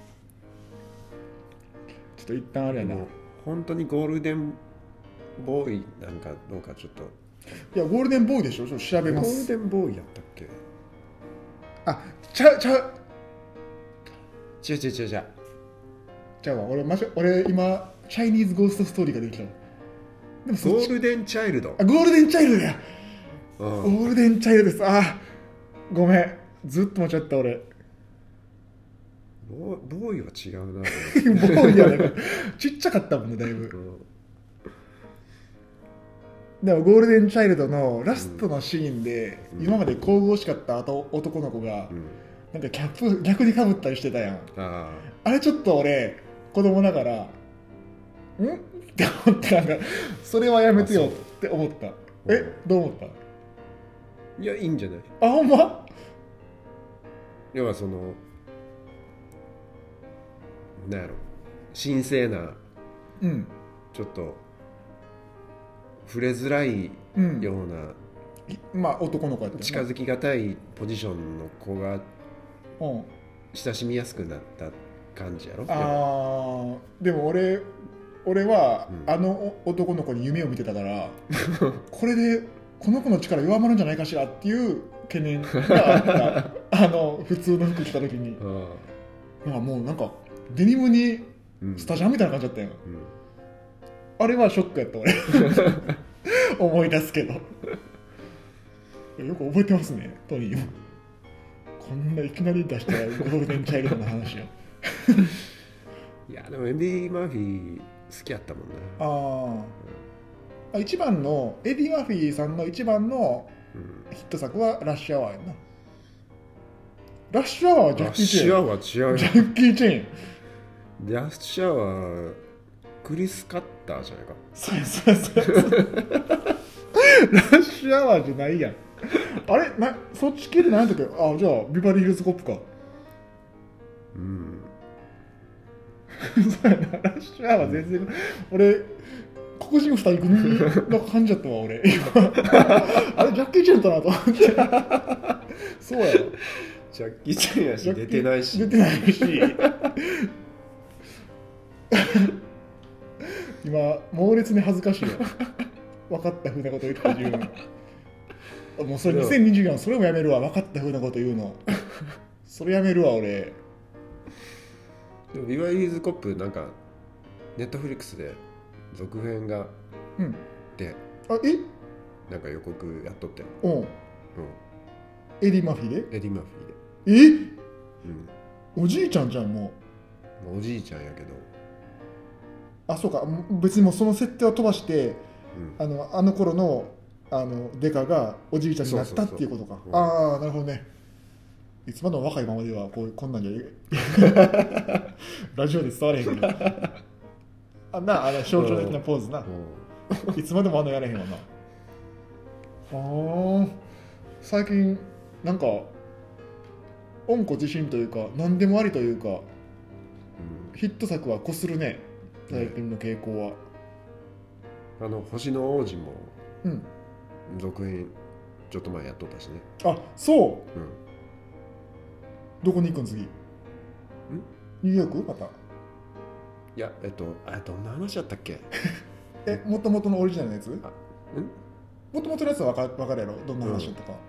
ちょっと一旦あれやな本当にゴールデンボーイなんかどうかちょっといやゴールデンボーイでしょちょっと調べます。 ゴールデンボーイやったっけ。 あちゃうちゃう違う違う違う違うじゃあ俺まし俺今チャイニーズゴーストストーリーができた。 でもゴールデンチャイルドあゴールデンチャイルドや、うん、ゴールデンチャイルドですあごめんずっと間違った俺ボー、ボーイは違うなボーイやねちっちゃかったもんねだいぶ、うん、でもゴールデンチャイルドのラストのシーンで、うん、今まで神々しかった男の子が、うんなんかキャップ逆にかぶったりしてたやん。 あ, あれちょっと俺子供ながらんって思ってなんかそれはやめてよって思った。えどう思った？ いやいいんじゃない。 あほんま。 要はそのなんやろ神聖な、うん、ちょっと触れづらいような、うんまあ男の子やった近づきがたいポジションの子がうん、親しみやすくなった感じやろ。 あでも俺俺は、うん、あの男の子に夢を見てたからこれでこの子の力弱まるんじゃないかしらっていう懸念があったあの普通の服着た時になんかもうなんかデニムにスタジャンみたいな感じだったよ、うんうん、あれはショックやった俺思い出すけどよく覚えてますねトニーもこんないきなり出したゴールデンチャイルドの話よいやでもエディ・マーフィー好きやったもんね。 あ、うん、一番のエディ・マーフィーさんの一番のヒット作はラッシュアワーやな。 ラッシュアワーはジャッキー・チェン。 ラッシュアワー違うよ。 ジャッキー・チェン。 ラッシュアワークリス・カッターじゃないか。 そうやそうやそうやラッシュアワーじゃないやん。あれな、そっち系で何だっけ。あ、じゃあビバリーヒルズコップか。 うんそうやな、ラッシュアワー全然、うん、俺黒人二人組の感じだったわ俺今あれジャッキー・チェンだなと思ってそうやろ、 ジャッキー・チェンやし出てないし出てないし今猛烈に恥ずかしいよ分かったふうなこと言って自分もうそれにせんにじゅうよんそれもやめるわ。分かったふうなこと言うのそれやめるわ俺。 でもビバリーヒルズコップなんかネットフリックスで続編がで、 うん、あえなんか予告やっとってうん、うん、エディ・マフィーでエディ・マフィーでえ、うん、おじいちゃんじゃんもうおじいちゃんやけどあそうか別にもうその設定を飛ばして、うん、あのあの頃のあのデカがおじいちゃんになったっていうことか。そうそうそう、ああなるほどね。いつまでも若いままではこうこんなんじゃラジオで伝われへんけどあんなあの象徴的なポーズな、うん、いつまでもあんなやれへんわな。あ最近なんか温故知新というか何でもありというか、うん、ヒット作はこするね最近の傾向は、 うん、あの星の王子も、 うん、 続編ちょっと前やっとったしね。 あそう、うん、どこに行くん次？んニューヨークまた？ いやえっとあどんな話やったっけえもともとのオリジナルのやつ？ あんもともとのやつは分か、分かるやろどんな話やったか、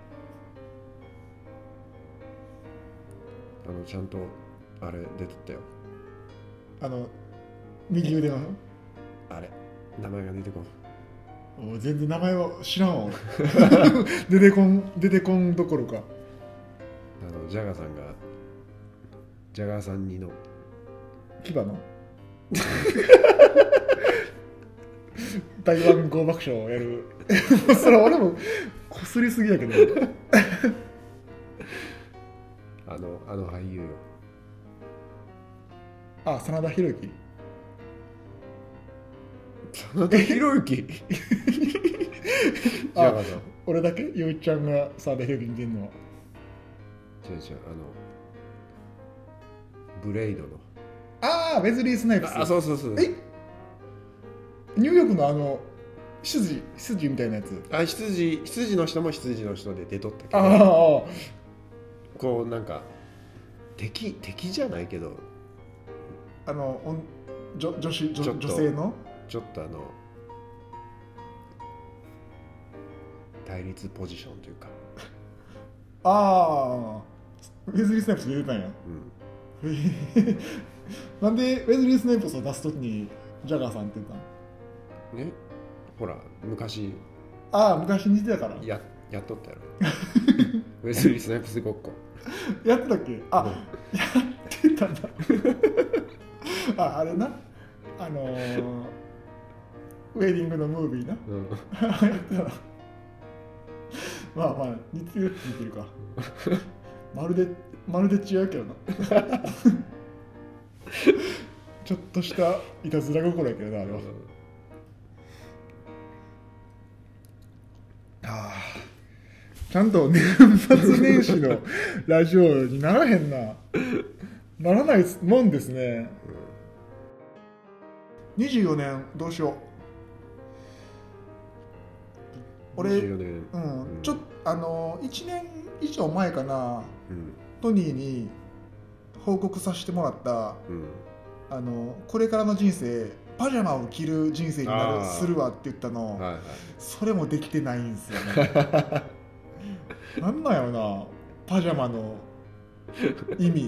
うん、あのちゃんとあれ出てたよ。 あの右腕のあれ名前が出てこん。 全然名前は知らんわ出てこん出てこんどころか。 あのジャガーさんがジャガーさんにの牙の台湾語爆笑をやるそれ俺もこすりすぎやけどあのあの俳優よ。 あ真田広之真田広之ジャガーさん俺だけゆいちゃんが真田広之に出るのは違う違うあのブレイドのああウェズリー・スナイプス。 あそうそうそう。 えニューヨークのあの羊羊みたいなやつ。 あ羊羊の人も羊の人で出とったけど、 ああこうなんか敵敵じゃないけどあの女女子 女, 女性のちょっとあの対立ポジションというかああウェズリー・スナイプス出てたんや、うん、なんでウェズリー・スナイプスを出すときにジャガーさんって言ったの？ ねほら昔ああ昔似てたからややっとったやろウェズリー・スナイプスごっこやってたっけ？あ、うん、やってたんだああれなあのー、ウェディングのムービーな、うん、やってたまあまあ似てるって似てるかまるでまるで違うけどなちょっとしたいたずら心やけどなあれは、うん、あちゃんと年末年始のラジオにならへんなならないもんですね、うん、にじゅうよねんどうしよう俺、うんうん、ちょっとあのいちねん以上前かな、うん、トニーに報告させてもらった、うん、あのこれからの人生パジャマを着る人生になるするわって言ったの、はいはい、それもできてないんですよねなんなんやろなパジャマの意味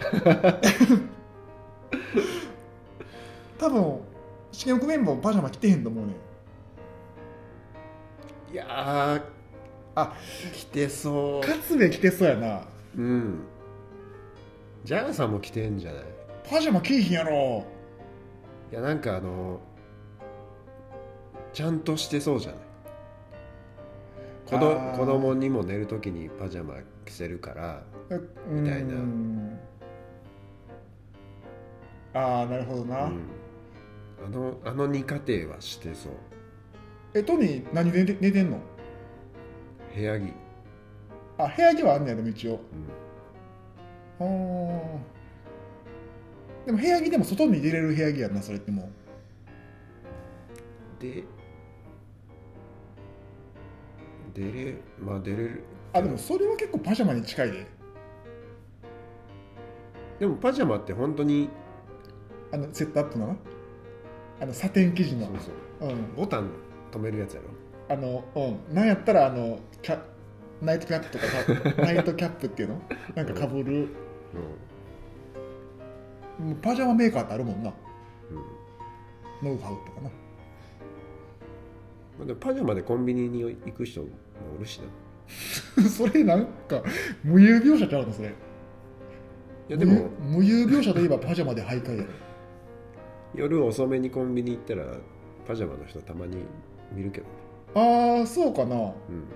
多分試験メンバーパジャマ着てへんと思うね。 いやーあ着てそう勝部着てそうやな。 うんジャガーさんも着てんじゃない？ パジャマ着いひんやろ。 いやなんかあのちゃんとしてそうじゃない？ 子ど子供にも寝るときにパジャマ着せるからみたいな。 ああなるほどな、うん、 あのあの二家庭はしてそう。 えトニー何で寝てんの？ 部屋着。 あ部屋着はあんねやでも一応、うん、あでも部屋着でも外に出れる部屋着やんなそれってもうで出れまあ出れる。 あでもそれは結構パジャマに近いで。 でもパジャマって本当にあのセットアップのあのサテン生地のそうそう、うん、ボタン止めるやつやろ。 あのうんなんやったらあのキャナイトキャップとかナイトキャップっていうのなんかかぶる、うんうん、パジャマメーカーってあるもんな、うん、ノウハウとかな。 でパジャマでコンビニに行く人もおるしなそれなんか無遊描写ちゃうのそれ。いやでも無遊描写といえばパジャマで徘徊やろ。 夜遅めにコンビニ行ったらパジャマの人たまに見るけどね。ああそうかな、うん、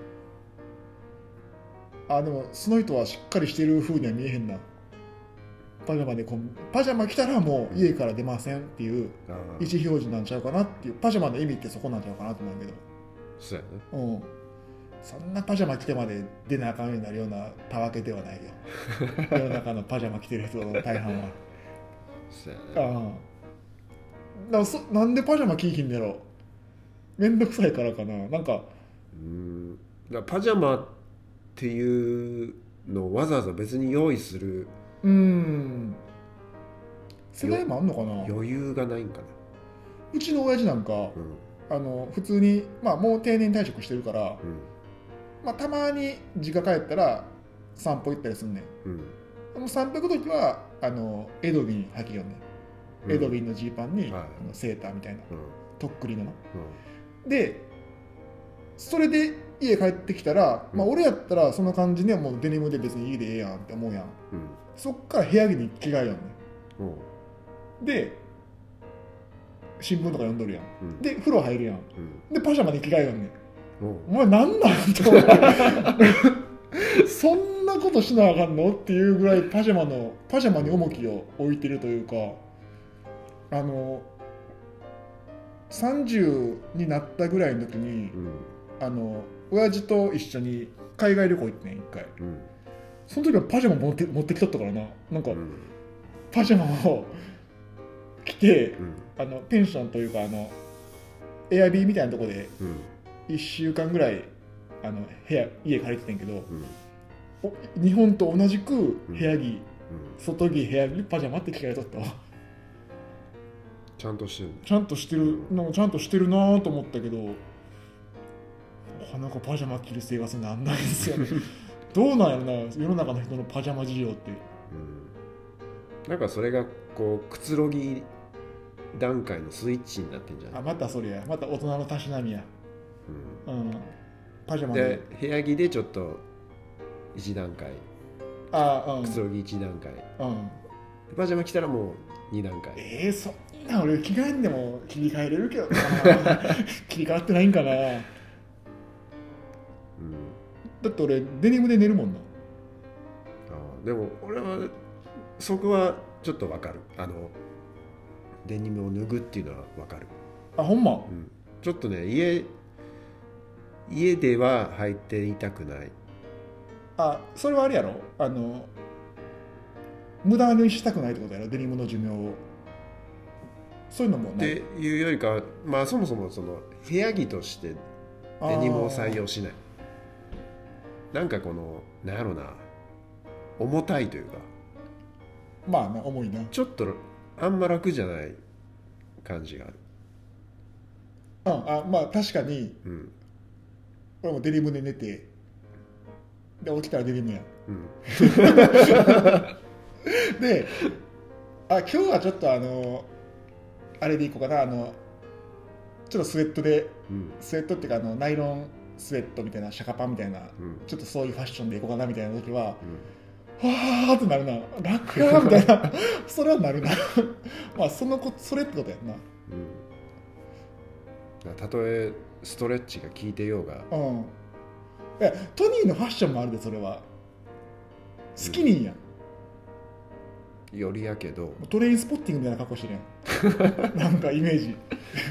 あでもその人はしっかりしてる風には見えへんな。パジャマでコンパジャマ着たらもう家から出ませんっていう意思表示なんちゃうかなっていう。パジャマの意味ってそこなんちゃうかなと思うけど。 そうやね、 うん、そんなパジャマ着てまで出なあかんようになるようなたわけではないよ世の中のパジャマ着てる人の大半は。 そうやね。 ああだからそなんでパジャマ着いひんだろう。めんどくさいからかな。なんかうんだからパジャマっていうのをわざわざ別に用意するうん世代もあんのかな。 余裕がないんかな。 うちの親父なんか、うん、あの普通に、まあ、もう定年退職してるから、うんまあ、たまに実家帰ったら散歩行ったりすんねん、うん、も散歩行く時はあのエドウィン履きよんねん、うん、エドウィンのジーパンに、はい、あのセーターみたいな、うん、とっくりのな、うん、でそれで家帰ってきたら、うんまあ、俺やったらその感じでもうデニムで別に家でええやんって思うやん、うん、そっから部屋着に着替えよんねん、うん、で新聞とか読んどるやん、うん、で風呂入るやん、うん、でパジャマに着替えよんねん、うん、お前なんなんと思ってそんなことしなあかんのっていうぐらいパジャマのパジャマに重きを置いてるというか、あのさんじゅうになったぐらいの時に、うん、あの親父と一緒に海外旅行行ってね一回、うん、その時はパジャマ持って、持ってきとったからな。なんか、うん、パジャマを着て、うん、あのペンションというかあのエアビーみたいなとこでいっしゅうかんぐらいあの部屋家借りてたんやけど、うん、日本と同じく部屋着、うん、外着部屋着パジャマって着替えとったわ。 ちゃんとしてるちゃんとしてるなんかちゃんとしてるなと思ったけど、なかなかパジャマ着る生活になんないんですよねどうなんやろな世の中の人のパジャマ事情って、 うん、なんかそれがこうくつろぎ段階のスイッチになってんじゃない。 あまたそれやまた大人のたしなみや、うんうん、パジャマで部屋着でちょっといち段階あ、うん、くつろぎいち段階、うん、パジャマ着たらもうに段階。 えー、そんな俺着替えんでも切り替えれるけどな切り替わってないんかな、うん、だって俺デニムで寝るもんな。 あでも俺はそこはちょっと分かる。あのデニムを脱ぐっていうのは分かる。 あほんま、うん、 ちょっとね家家では履いていたくない。 あそれはあれやろあの無駄にしたくないってことやろデニムの寿命を。そういうのもないっていうよりかは、まあそもそもその部屋着としてデニムを採用しない。なんかこのなんやろな重たいというかまあな重いなちょっとあんま楽じゃない感じがある。 ああまあ確かに、うん、俺もデニムで寝てで起きたらデニムや、うん、であ今日はちょっとあのあれでいこうかなあのちょっとスウェットで、うん、スウェットっていうかあのナイロンスウェットみたいなシャカパンみたいな、うん、ちょっとそういうファッションでいこうかなみたいな時は、うん、はーってなるな楽やみたいなそれはなるなまあそのこそれってことやんな、 うん、たとえストレッチが効いてようが、うん、 いやトニーのファッションもあるで、それはスキニーやん、 うん、よりやけどトレインスポッティングみたいな格好してるやんなんかイメージ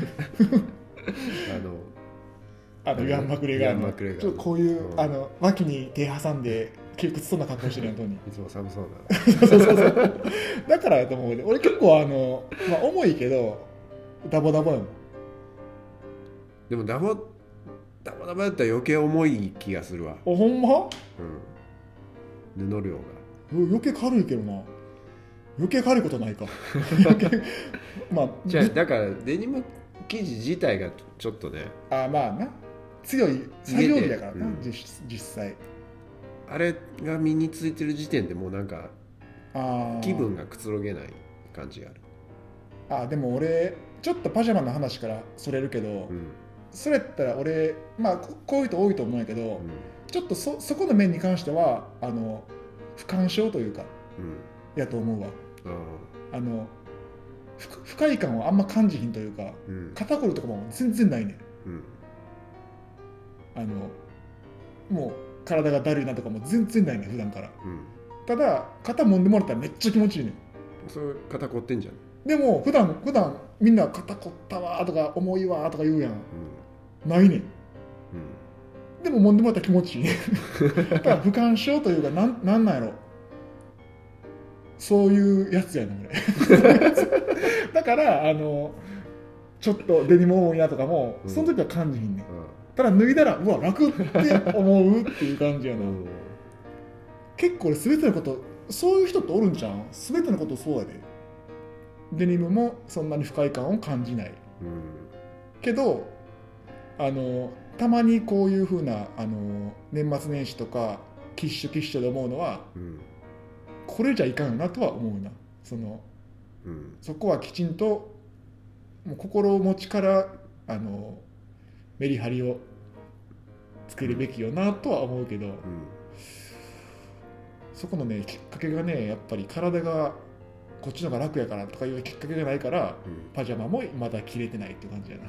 あのあのヤンマクレガーのちょっとこういう、うん、あの脇に手挟んで窮屈そうな格好してるやんトニー。 いつも寒そうだそうそうそうだからやと思う。俺結構あの、まあ、重いけどダボダボやもん。 でもダボダボダボやったら余計重い気がするわ。 おほんま、 うん、布量が余計軽いけどな。余計軽いことないかまあじゃあだからデニム生地自体がちょっとね、 あまあな強い作業着だからな、うん、実, 実際あれが身についてる時点でもうなんか気分がくつろげない感じがある。 あでも俺ちょっとパジャマの話からそれるけど、うん、それやったら俺まあこういう人多いと思うんやけど、うん、ちょっと そ, そこの面に関してはあの不干渉というか、うん、やと思うわ。あの不快感をあんま感じひんというか、うん、肩こりとかも全然ないね、うん、あのもう体がだるいなとかも全然ないね普段から、うん、ただ肩揉んでもらったらめっちゃ気持ちいいね。 それ肩こってんじゃん。 でも普段普段みんな肩こったわとか重いわとか言うやん、うん、ないねん、うん、でも揉んでもらったら気持ちいいねだから不干渉というかなん、なんなんやろ、そういうやつやね俺だからあのちょっとデニム重いなとかも、うん、その時は感じひんね、うん、ただ脱いだらうわ楽って思うっていう感じやな、うん、結構俺全てのことそういう人っておるんちゃう。全てのことそうやで。デニムもそんなに不快感を感じない、うん、けどあのたまにこういう風なあの年末年始とかキッシュキッシュで思うのは、うん、これじゃいかんよなとは思うな。その、うん、そこはきちんともう心持ちからあのメリハリをつけるべきよなとは思うけど、うん、そこのねきっかけがねやっぱり体がこっちの方が楽やからとかいうきっかけがないから、うん、パジャマもまだ着れてないって感じやな、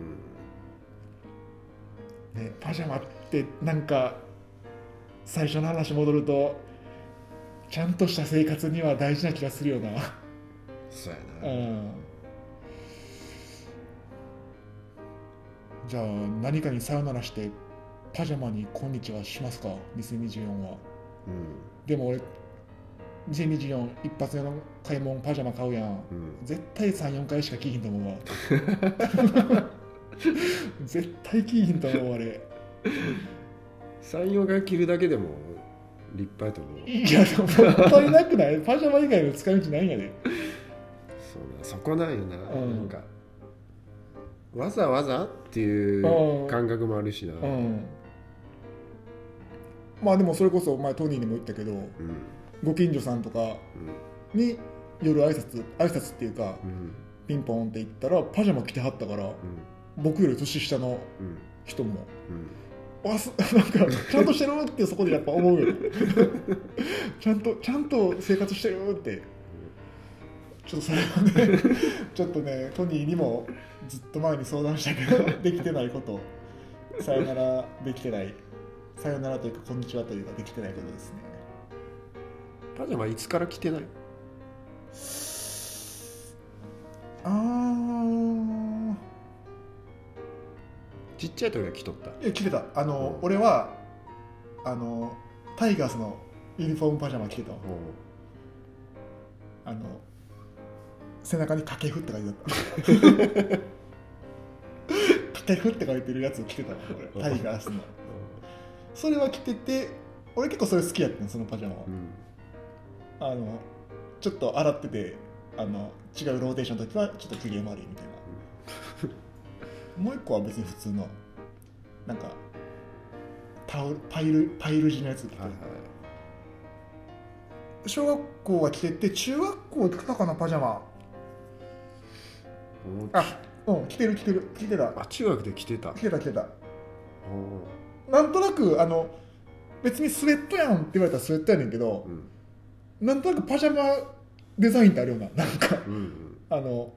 うんね、パジャマってなんか最初の話戻るとちゃんとした生活には大事な気がするよな。 そうやな、うん、 じゃあ何かにさよならしてパジャマにこんにちはしますかにせんにじゅうよんは、うん、でも俺にせんにじゅうよん一発目の買い物パジャマ買うやん、うん、絶対 さん,よん 回しか着ひんと思うわ絶対着ひんと思うあれさん、よんかい着るだけでも立派やと思う。 いやでももったいなくないパジャマ以外の使い道ないんやで。 そうな、そこなんよな、うん、なんかわざわざっていう感覚もあるしな、うん、 まあでもそれこそ前トニーにも言ったけど、うん、ご近所さんとかに夜挨拶挨拶っていうか、うん、ピンポンって言ったらパジャマ着てはったから、うん、僕より年下の人も、うん、わすなんかちゃんとしてるってそこでやっぱ思うよちゃんとちゃんと生活してるってちょっとそれはねちょっとねトニーにもずっと前に相談したけどできてないことさよならできてないさよならというかこんにちはというかできてないことですね。 パジャマいつから着てない？ あーちっちゃい時は着とった。 いや着てた。あの、うん、俺はあのタイガースのユニフォームパジャマ着てたわ、うん、あの背中に掛布って書いてあった掛布って書いてるやつを着てたわ俺タイガースのそれは着てて俺結構それ好きやったのそのパジャマは、うん、あのちょっと洗っててあの違うローテーションの時はちょっと機嫌悪いみたいな、うん、もう一個は別に普通のなんかタオルパイルパイル地のやつ着て、はいはい、小学校は着てて中学校着てたかなパジャマ、うん、あうん着てる着てる着てた。 あ中学で着てた着てた着てた。なんとなくあの別にスウェットやんって言われたらスウェットやねんけど、うん、なんとなくパジャマデザインってあるようななんか、うんうん、あの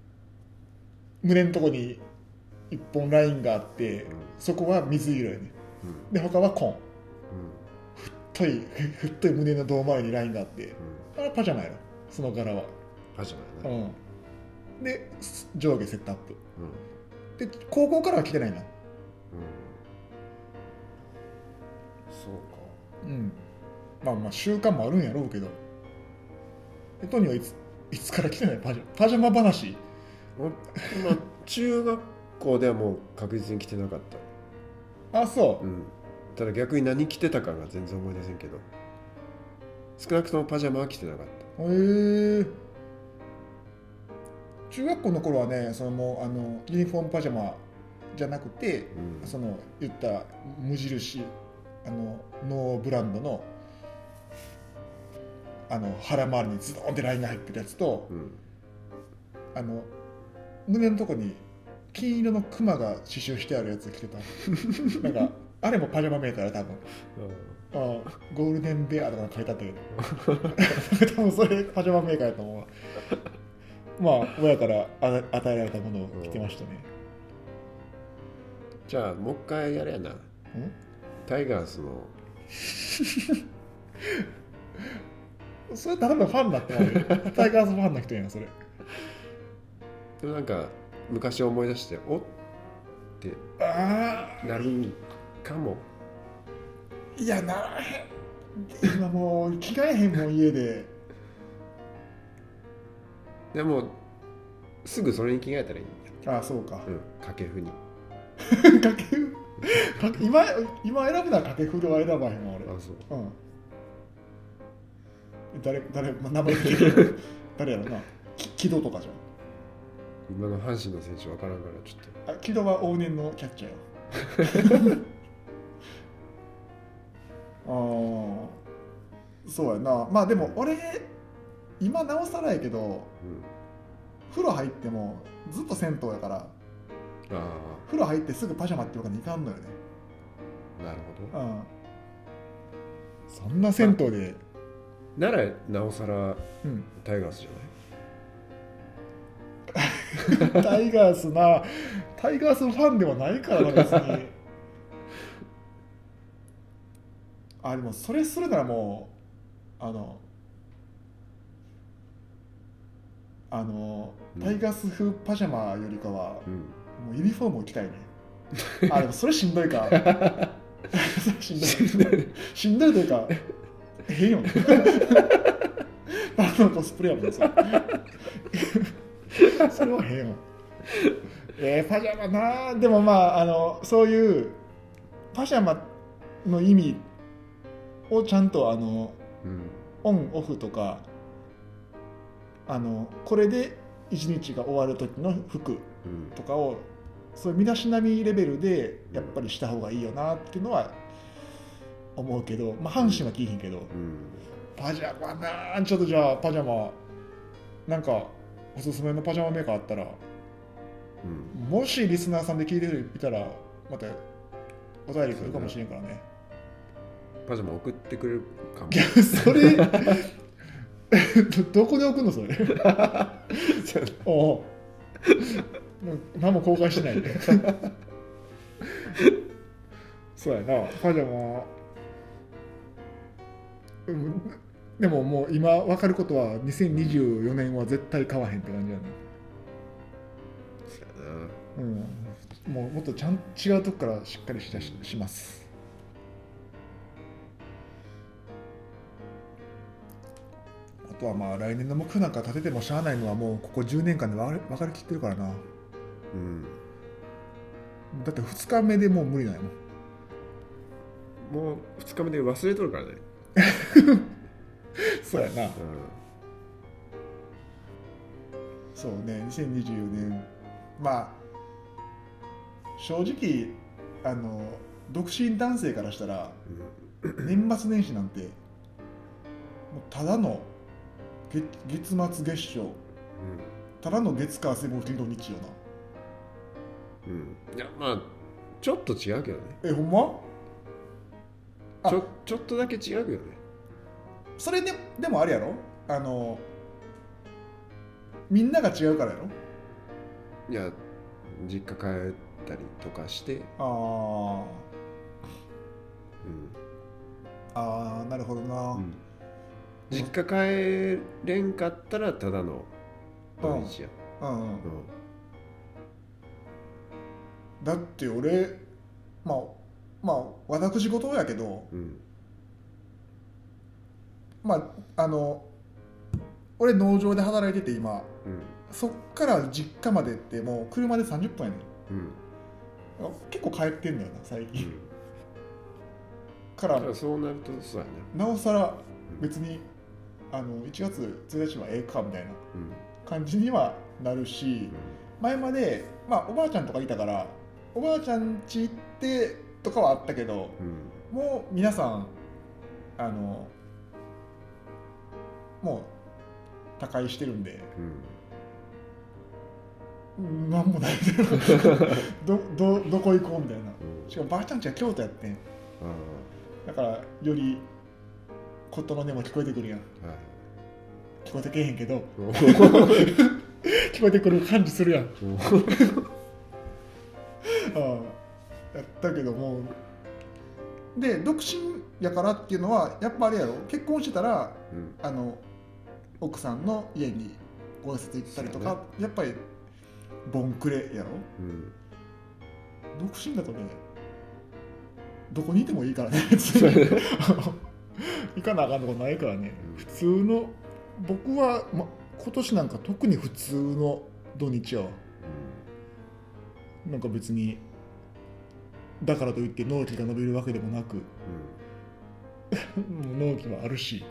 胸のとこに一本ラインがあって、うん、そこは水色やね、 うん、で他は紺、うん、太い太い胸の胴回りにラインがあって、うん、あれパジャマやろ、その柄はパジャマやね、 うん、で上下セットアップ、うん、で高校からは着てないな、うん、 そうか、 うん、まあまあ習慣もあるんやろうけど、えトニーはいついつから着てないパジャマパジャマ話。 まあ中学校ではもう確実に着てなかった。 あ、そう、 うん、ただ逆に何着てたかが全然思い出せんけど、少なくともパジャマは着てなかった。 へえー、中学校の頃はね、そのもうあのユニフォームパジャマじゃなくて、うん、その言った無印あのノーブランドのあの腹回りにズドンってラインが入ってるやつと、うん、あの胸のとこに金色のクマが刺繍してあるやつ着てたなんかあれもパジャマメーカーだ多分、うん、あゴールデンベアとか書いてあったけど多分それパジャマメーカーやと思うまあ親から与えられたものを着てましたね。 じゃあもう一回やれやな、タイガースのそれただのファンだってタイガースファンの人やなそれ。 でもなんか昔思い出しておってなるんかも。 いやならへん、今もう着替えへんもん家で。 でもすぐそれに着替えたらいいんだ。ああそうか、 うん、掛布に掛布今, 今選ぶなら掛布では選ばへんわ俺。 あそう、 うん、誰誰名前聞いてる誰やろな、木戸とかじゃん。 今の阪神の選手分からんからちょっと。あ、木戸は往年のキャッチャーよああそうやな。まあでも俺今なおさらやけど、うん、風呂入ってもずっと銭湯やから、あ風呂入ってすぐパジャマっていうわけにいかんのよね。 なるほど、うん、 そんな銭湯でならなおさらタイガースじゃない、うん、タイガースなタイガースファンではないからな別にあでもそれするならもうあのあの、うん、タイガース風パジャマよりかは、うん、もうユニフォームを着たいねあでもそれしんどいかしんどいしんどいというか変よねバンドのコスプレやもんそれそれは変よえー、パジャマな。でもまああのそういうパジャマの意味をちゃんとあの、うん、オンオフとかあのこれで一日が終わる時の服とかを、うん、そういう身だしなみレベルでやっぱりした方がいいよなっていうのは思うけど、まあ阪神は聞いへんけど、うん、パジャマな。ちょっとじゃあパジャマなんかおすすめのパジャマメーカーあったら、うん、もしリスナーさんで聞いてるいたらまたお便り来るかもしれんからね。 パジャマ送ってくれるかも。 いやそれど, どこで送るのそれおう何も公開してないそうやなパジャマ、うん、でももう今分かることはにせんにじゅうよねんは絶対買わへんって感じやね。 そうやな、 うん、もうもっとちゃん違うとこからしっかり し, し, します。あとはまあ来年の目標なんか立ててもしゃあないのはもうここじゅうねんかんで分かりきってるからな、うん、だってふつかめでもう無理なんやもん。もうふつかめで忘れとるからねそうやな、うん、そうねにせんにじゅうよねんまあ正直あの独身男性からしたら、うん、年末年始なんてもうただの 月, 月末月初、うん、ただの月火水木金土日よな。 うん、いやまあちょっと違うけどね。 えほんまち ょ, ちょっとだけ違うけどね。 それででもあれやろあのみんなが違うからやろ。 いや実家帰ったりとかしてあああなるほどな、うん、 実家帰れんかったらただの土日や、うんうんうん、 だって俺まあまあ私事やけど、うん、まああの俺農場で働いてて今、うん、そっから実家までってもう車でさんじゅっぷんやねん、うん、結構帰ってんだよな最近、うん、からそうなるとそうやねなおさら別に、うん、あのいちがつついたちはええかみたいな感じにはなるし、うん、前まで、まあ、おばあちゃんとかいたからおばあちゃん家行ってとかはあったけど、うん、もう皆さんあのもう他界してるんで、うん、なんもないどどどこ行こうみたいな、うん、しかもばあちゃん家は京都やってん、うん、だからよりことの音も聞こえてくるやん、はい、聞こえてけえへんけど聞こえてくる感じするやんああやったけどもで独身やからっていうのはやっぱあれやろ結婚してたら、うん、あの奥さんの家にご挨拶行ったりとか、ね、やっぱりボンクレやろ、うん、独身だとねどこにいてもいいからね行かなあかんとこないからね、うん、普通の僕は、ま、今年なんか特に普通の土日やわ、うん、なんか別にだからといって納期が伸びるわけでもなく、うん、納期はあるし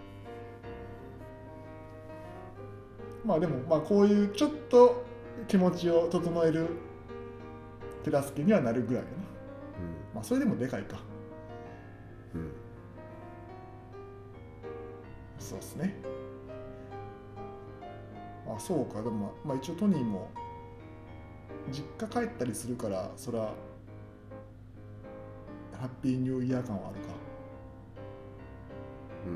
まあでもまあこういうちょっと気持ちを整える手助けにはなるぐらいやな、うん、まあそれでもでかいか、うん、そうですね。あそうかでもまあ一応トニーも実家帰ったりするからそらハッピーニューイヤー感はあるか。 うん。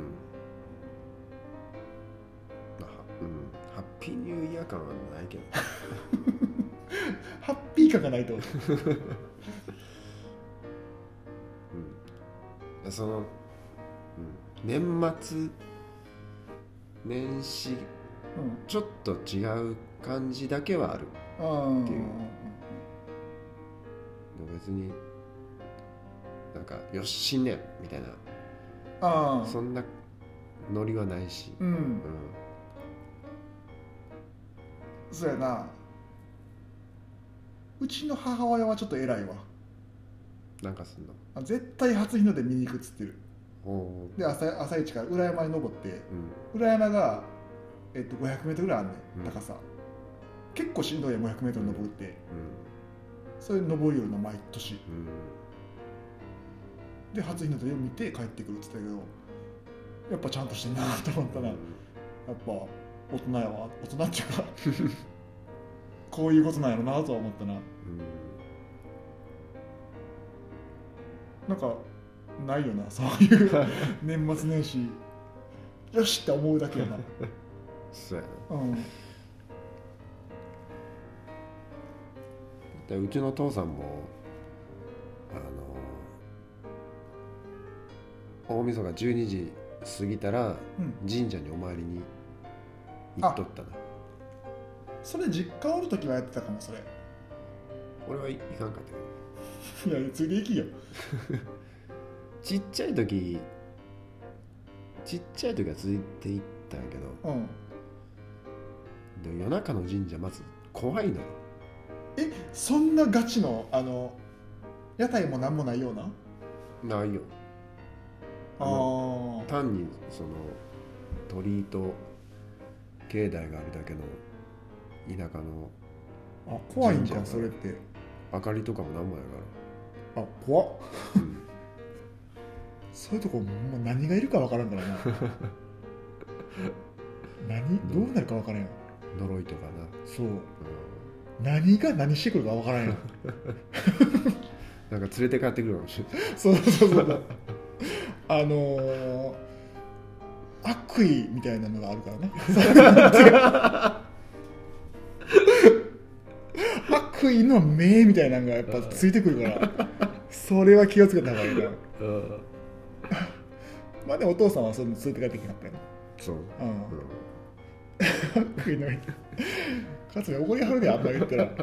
まあ、うん。ハッピーニューイヤー感はないけど。 ハッピー感がないと。うん。 その、うん、年末年始、うん、ちょっと違う感じだけはあるっていう。別に。なんかよし新年みたいなあそんなノリはないし、うんうん、 そうやなうちの母親はちょっと偉いわなんかすんの絶対初日の出見に行くっつってるで 朝, 朝一から裏山に登って、うん、裏山が、えっと、ごひゃくメートルぐらいあるね、うん、高さ結構しんどいやんごひゃくメートル登るって、うん、そういう登りよるの毎年、うんで初日の出を見て帰ってくるって言ったけどやっぱちゃんとしてんなと思ったら、うん、やっぱ大人やわ大人っていうかこういうことなんやろなとは思ったな、うん、なんかないよなそういう年末年始よしって思うだけやなそうやな、うんでうちの父さんもあの大晦日じゅうにじ過ぎたら神社にお参りに行っとったな、うん、 それ実家おるときはやってたかもそれ俺は行かんかったけどいやついで行きよちっちゃい時ちっちゃい時はついて行ったんやけど、うん、でも夜中の神社まず怖いのよえそんなガチのあの屋台もなんもないようなないよああ単にその鳥居と境内があるだけの田舎のあ怖いんかそれって明かりとかもなんもやからあ怖っ、うん、そういうとこもう何がいるかわからんからな何どうなるかわからんよ呪いとかなそう、うん、何が何してくるかわからんよなんか連れて帰ってくるかもしれないそうそうそうあのー、悪意みたいなのがあるからね悪意の目みたいなのがやっぱついてくるからそれは気をつけた方がいいな。 うん、 まあでもお父さんはその連れて帰ってきなかったよ。 そう、 うん、食いのいかつて怒りはるであんまり言ったら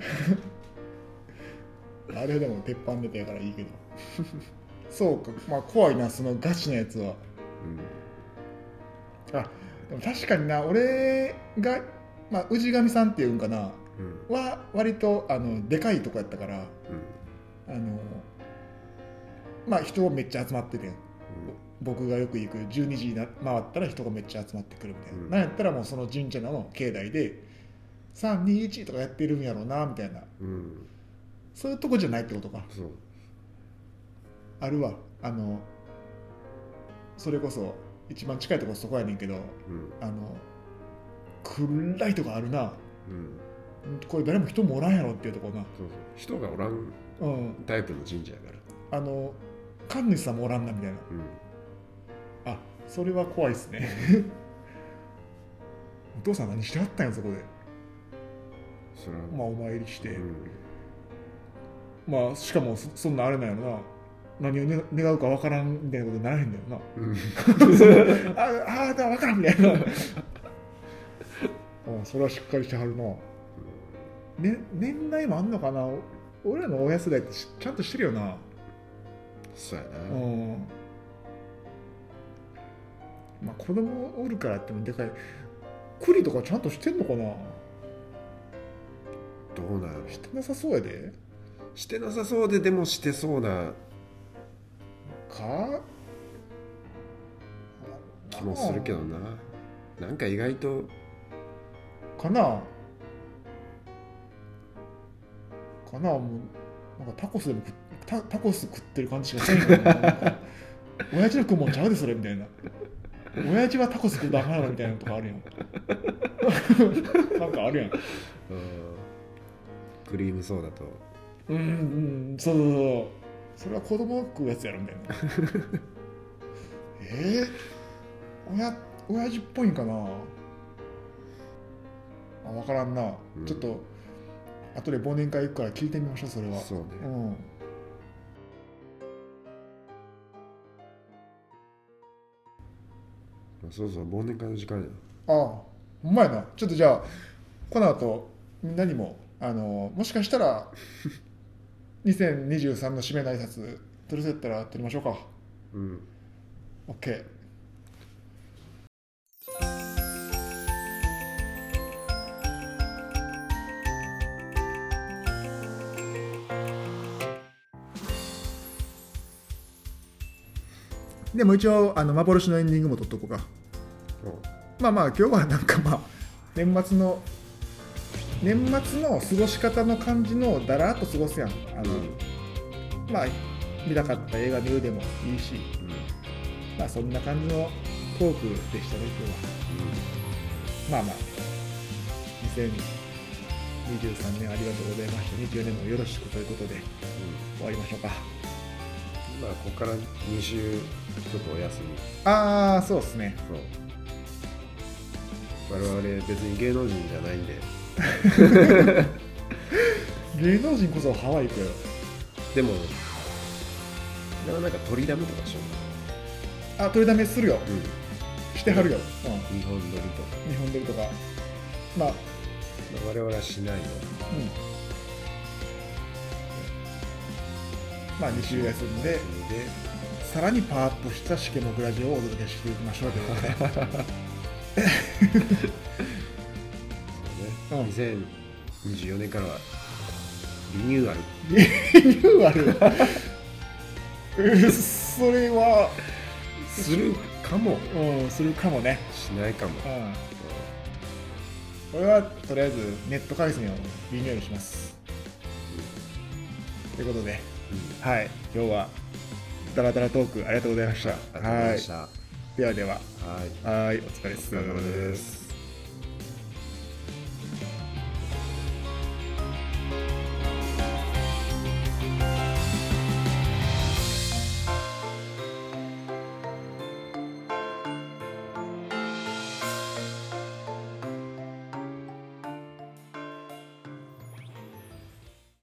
あれでも鉄板ネタやからいいけどそうか、まあ怖いなそのガチなやつは、うん、あでも確かにな俺が、まあ、氏神さんっていうんかな、うん、は割とあのでかいとこやったから、うん、あのまあ人めっちゃ集まってて、うん、僕がよく行くじゅうにじに回ったら人がめっちゃ集まってくるみたいな、うん、なんやったらもうその神社の境内でさんにいちとかやってるんやろうなみたいな、うん、そういうとこじゃないってことか。そうあるわ、あのそれこそ一番近いところそこやねんけど、うん、あの暗いとこあるな、うん、これ誰も人もおらんやろっていうところな。 そうそう人がおらんタイプの神社やから、 うん、あの神主さんもおらんなみたいな、うん、あそれは怖いっすねお父さん何してはったんやそこで。それはまあお参りして、うん、まあしかも そ, そんなあれなんやろな、何を、ね、願うか分からんみたいなことにならへんだよな、うん、ああだ分からんみたいなあそれはしっかりしてはるな、ね、年代もあんのかな。俺らの親世代ってちゃんとしてるよな。 そうやな、 うん、まあ子供おるからってもでかい栗とかちゃんとしてんのかな。 どうなの。 してなさそうやで。 してなさそうででもしてそうなか気もするけどな。なんか意外とかなかな。もうなんかタコスでも タ, タコス食ってる感じしかせんよな親父の食うもんちゃうでそれみたいな。親父はタコス食うとあかんやろみたいなとかあるやんなんかあるやん。 クリームソーダとうんうんそうそうそうそれは子供が食うやつやろみたいなえー、親親父っぽいんかなあ。分からんな、うん、ちょっと後で忘年会行くから聞いてみましょうそれは。 そうね、うん、そうそう忘年会の時間や。 ああほんまやな。ちょっとじゃあこの後みんなにもあのもしかしたらにせんにじゅうさんの締めの挨拶取れせたら取りましょうか。うん OK。 でも一応あの幻のエンディングも取っとこうか。まあまあ今日はなんかまあ年末の年末の過ごし方の感じのだらっと過ごすやん。あの、うん、まあ見たかった映画見るでもいいし、うん、まあそんな感じのトークでしたね今日は、うん、まあまあにせんにじゅうさんねんありがとうございました。にじゅうよねんもよろしくということで、うん、終わりましょうか。 まあここからに週ちょっとお休み。 ああそうですね。 そう我々別に芸能人じゃないんで芸能人こそハワイ行くよ。 でもなんか取りだめとかしよう。あ取りだめするよ、うん、してはるよ、 うん、日本撮りとか日本撮りとかまあ、まあ、 我々はしないよ、 うん、まあに週休んでさらにパワーアップしたシケモクラジオをお届けしていきましょうということでそうね、にせんにじゅうよねんからはリニューアルリニューアルそれはするかも、 うん、するかもね。 しないかも、うん、 これはとりあえずネット回線をリニューアルします、うん、ということで、うん、はい今日はダラダラトークありがとうございました。 ありがとうございました。 ではでは、 はい、 はいお疲れ様です。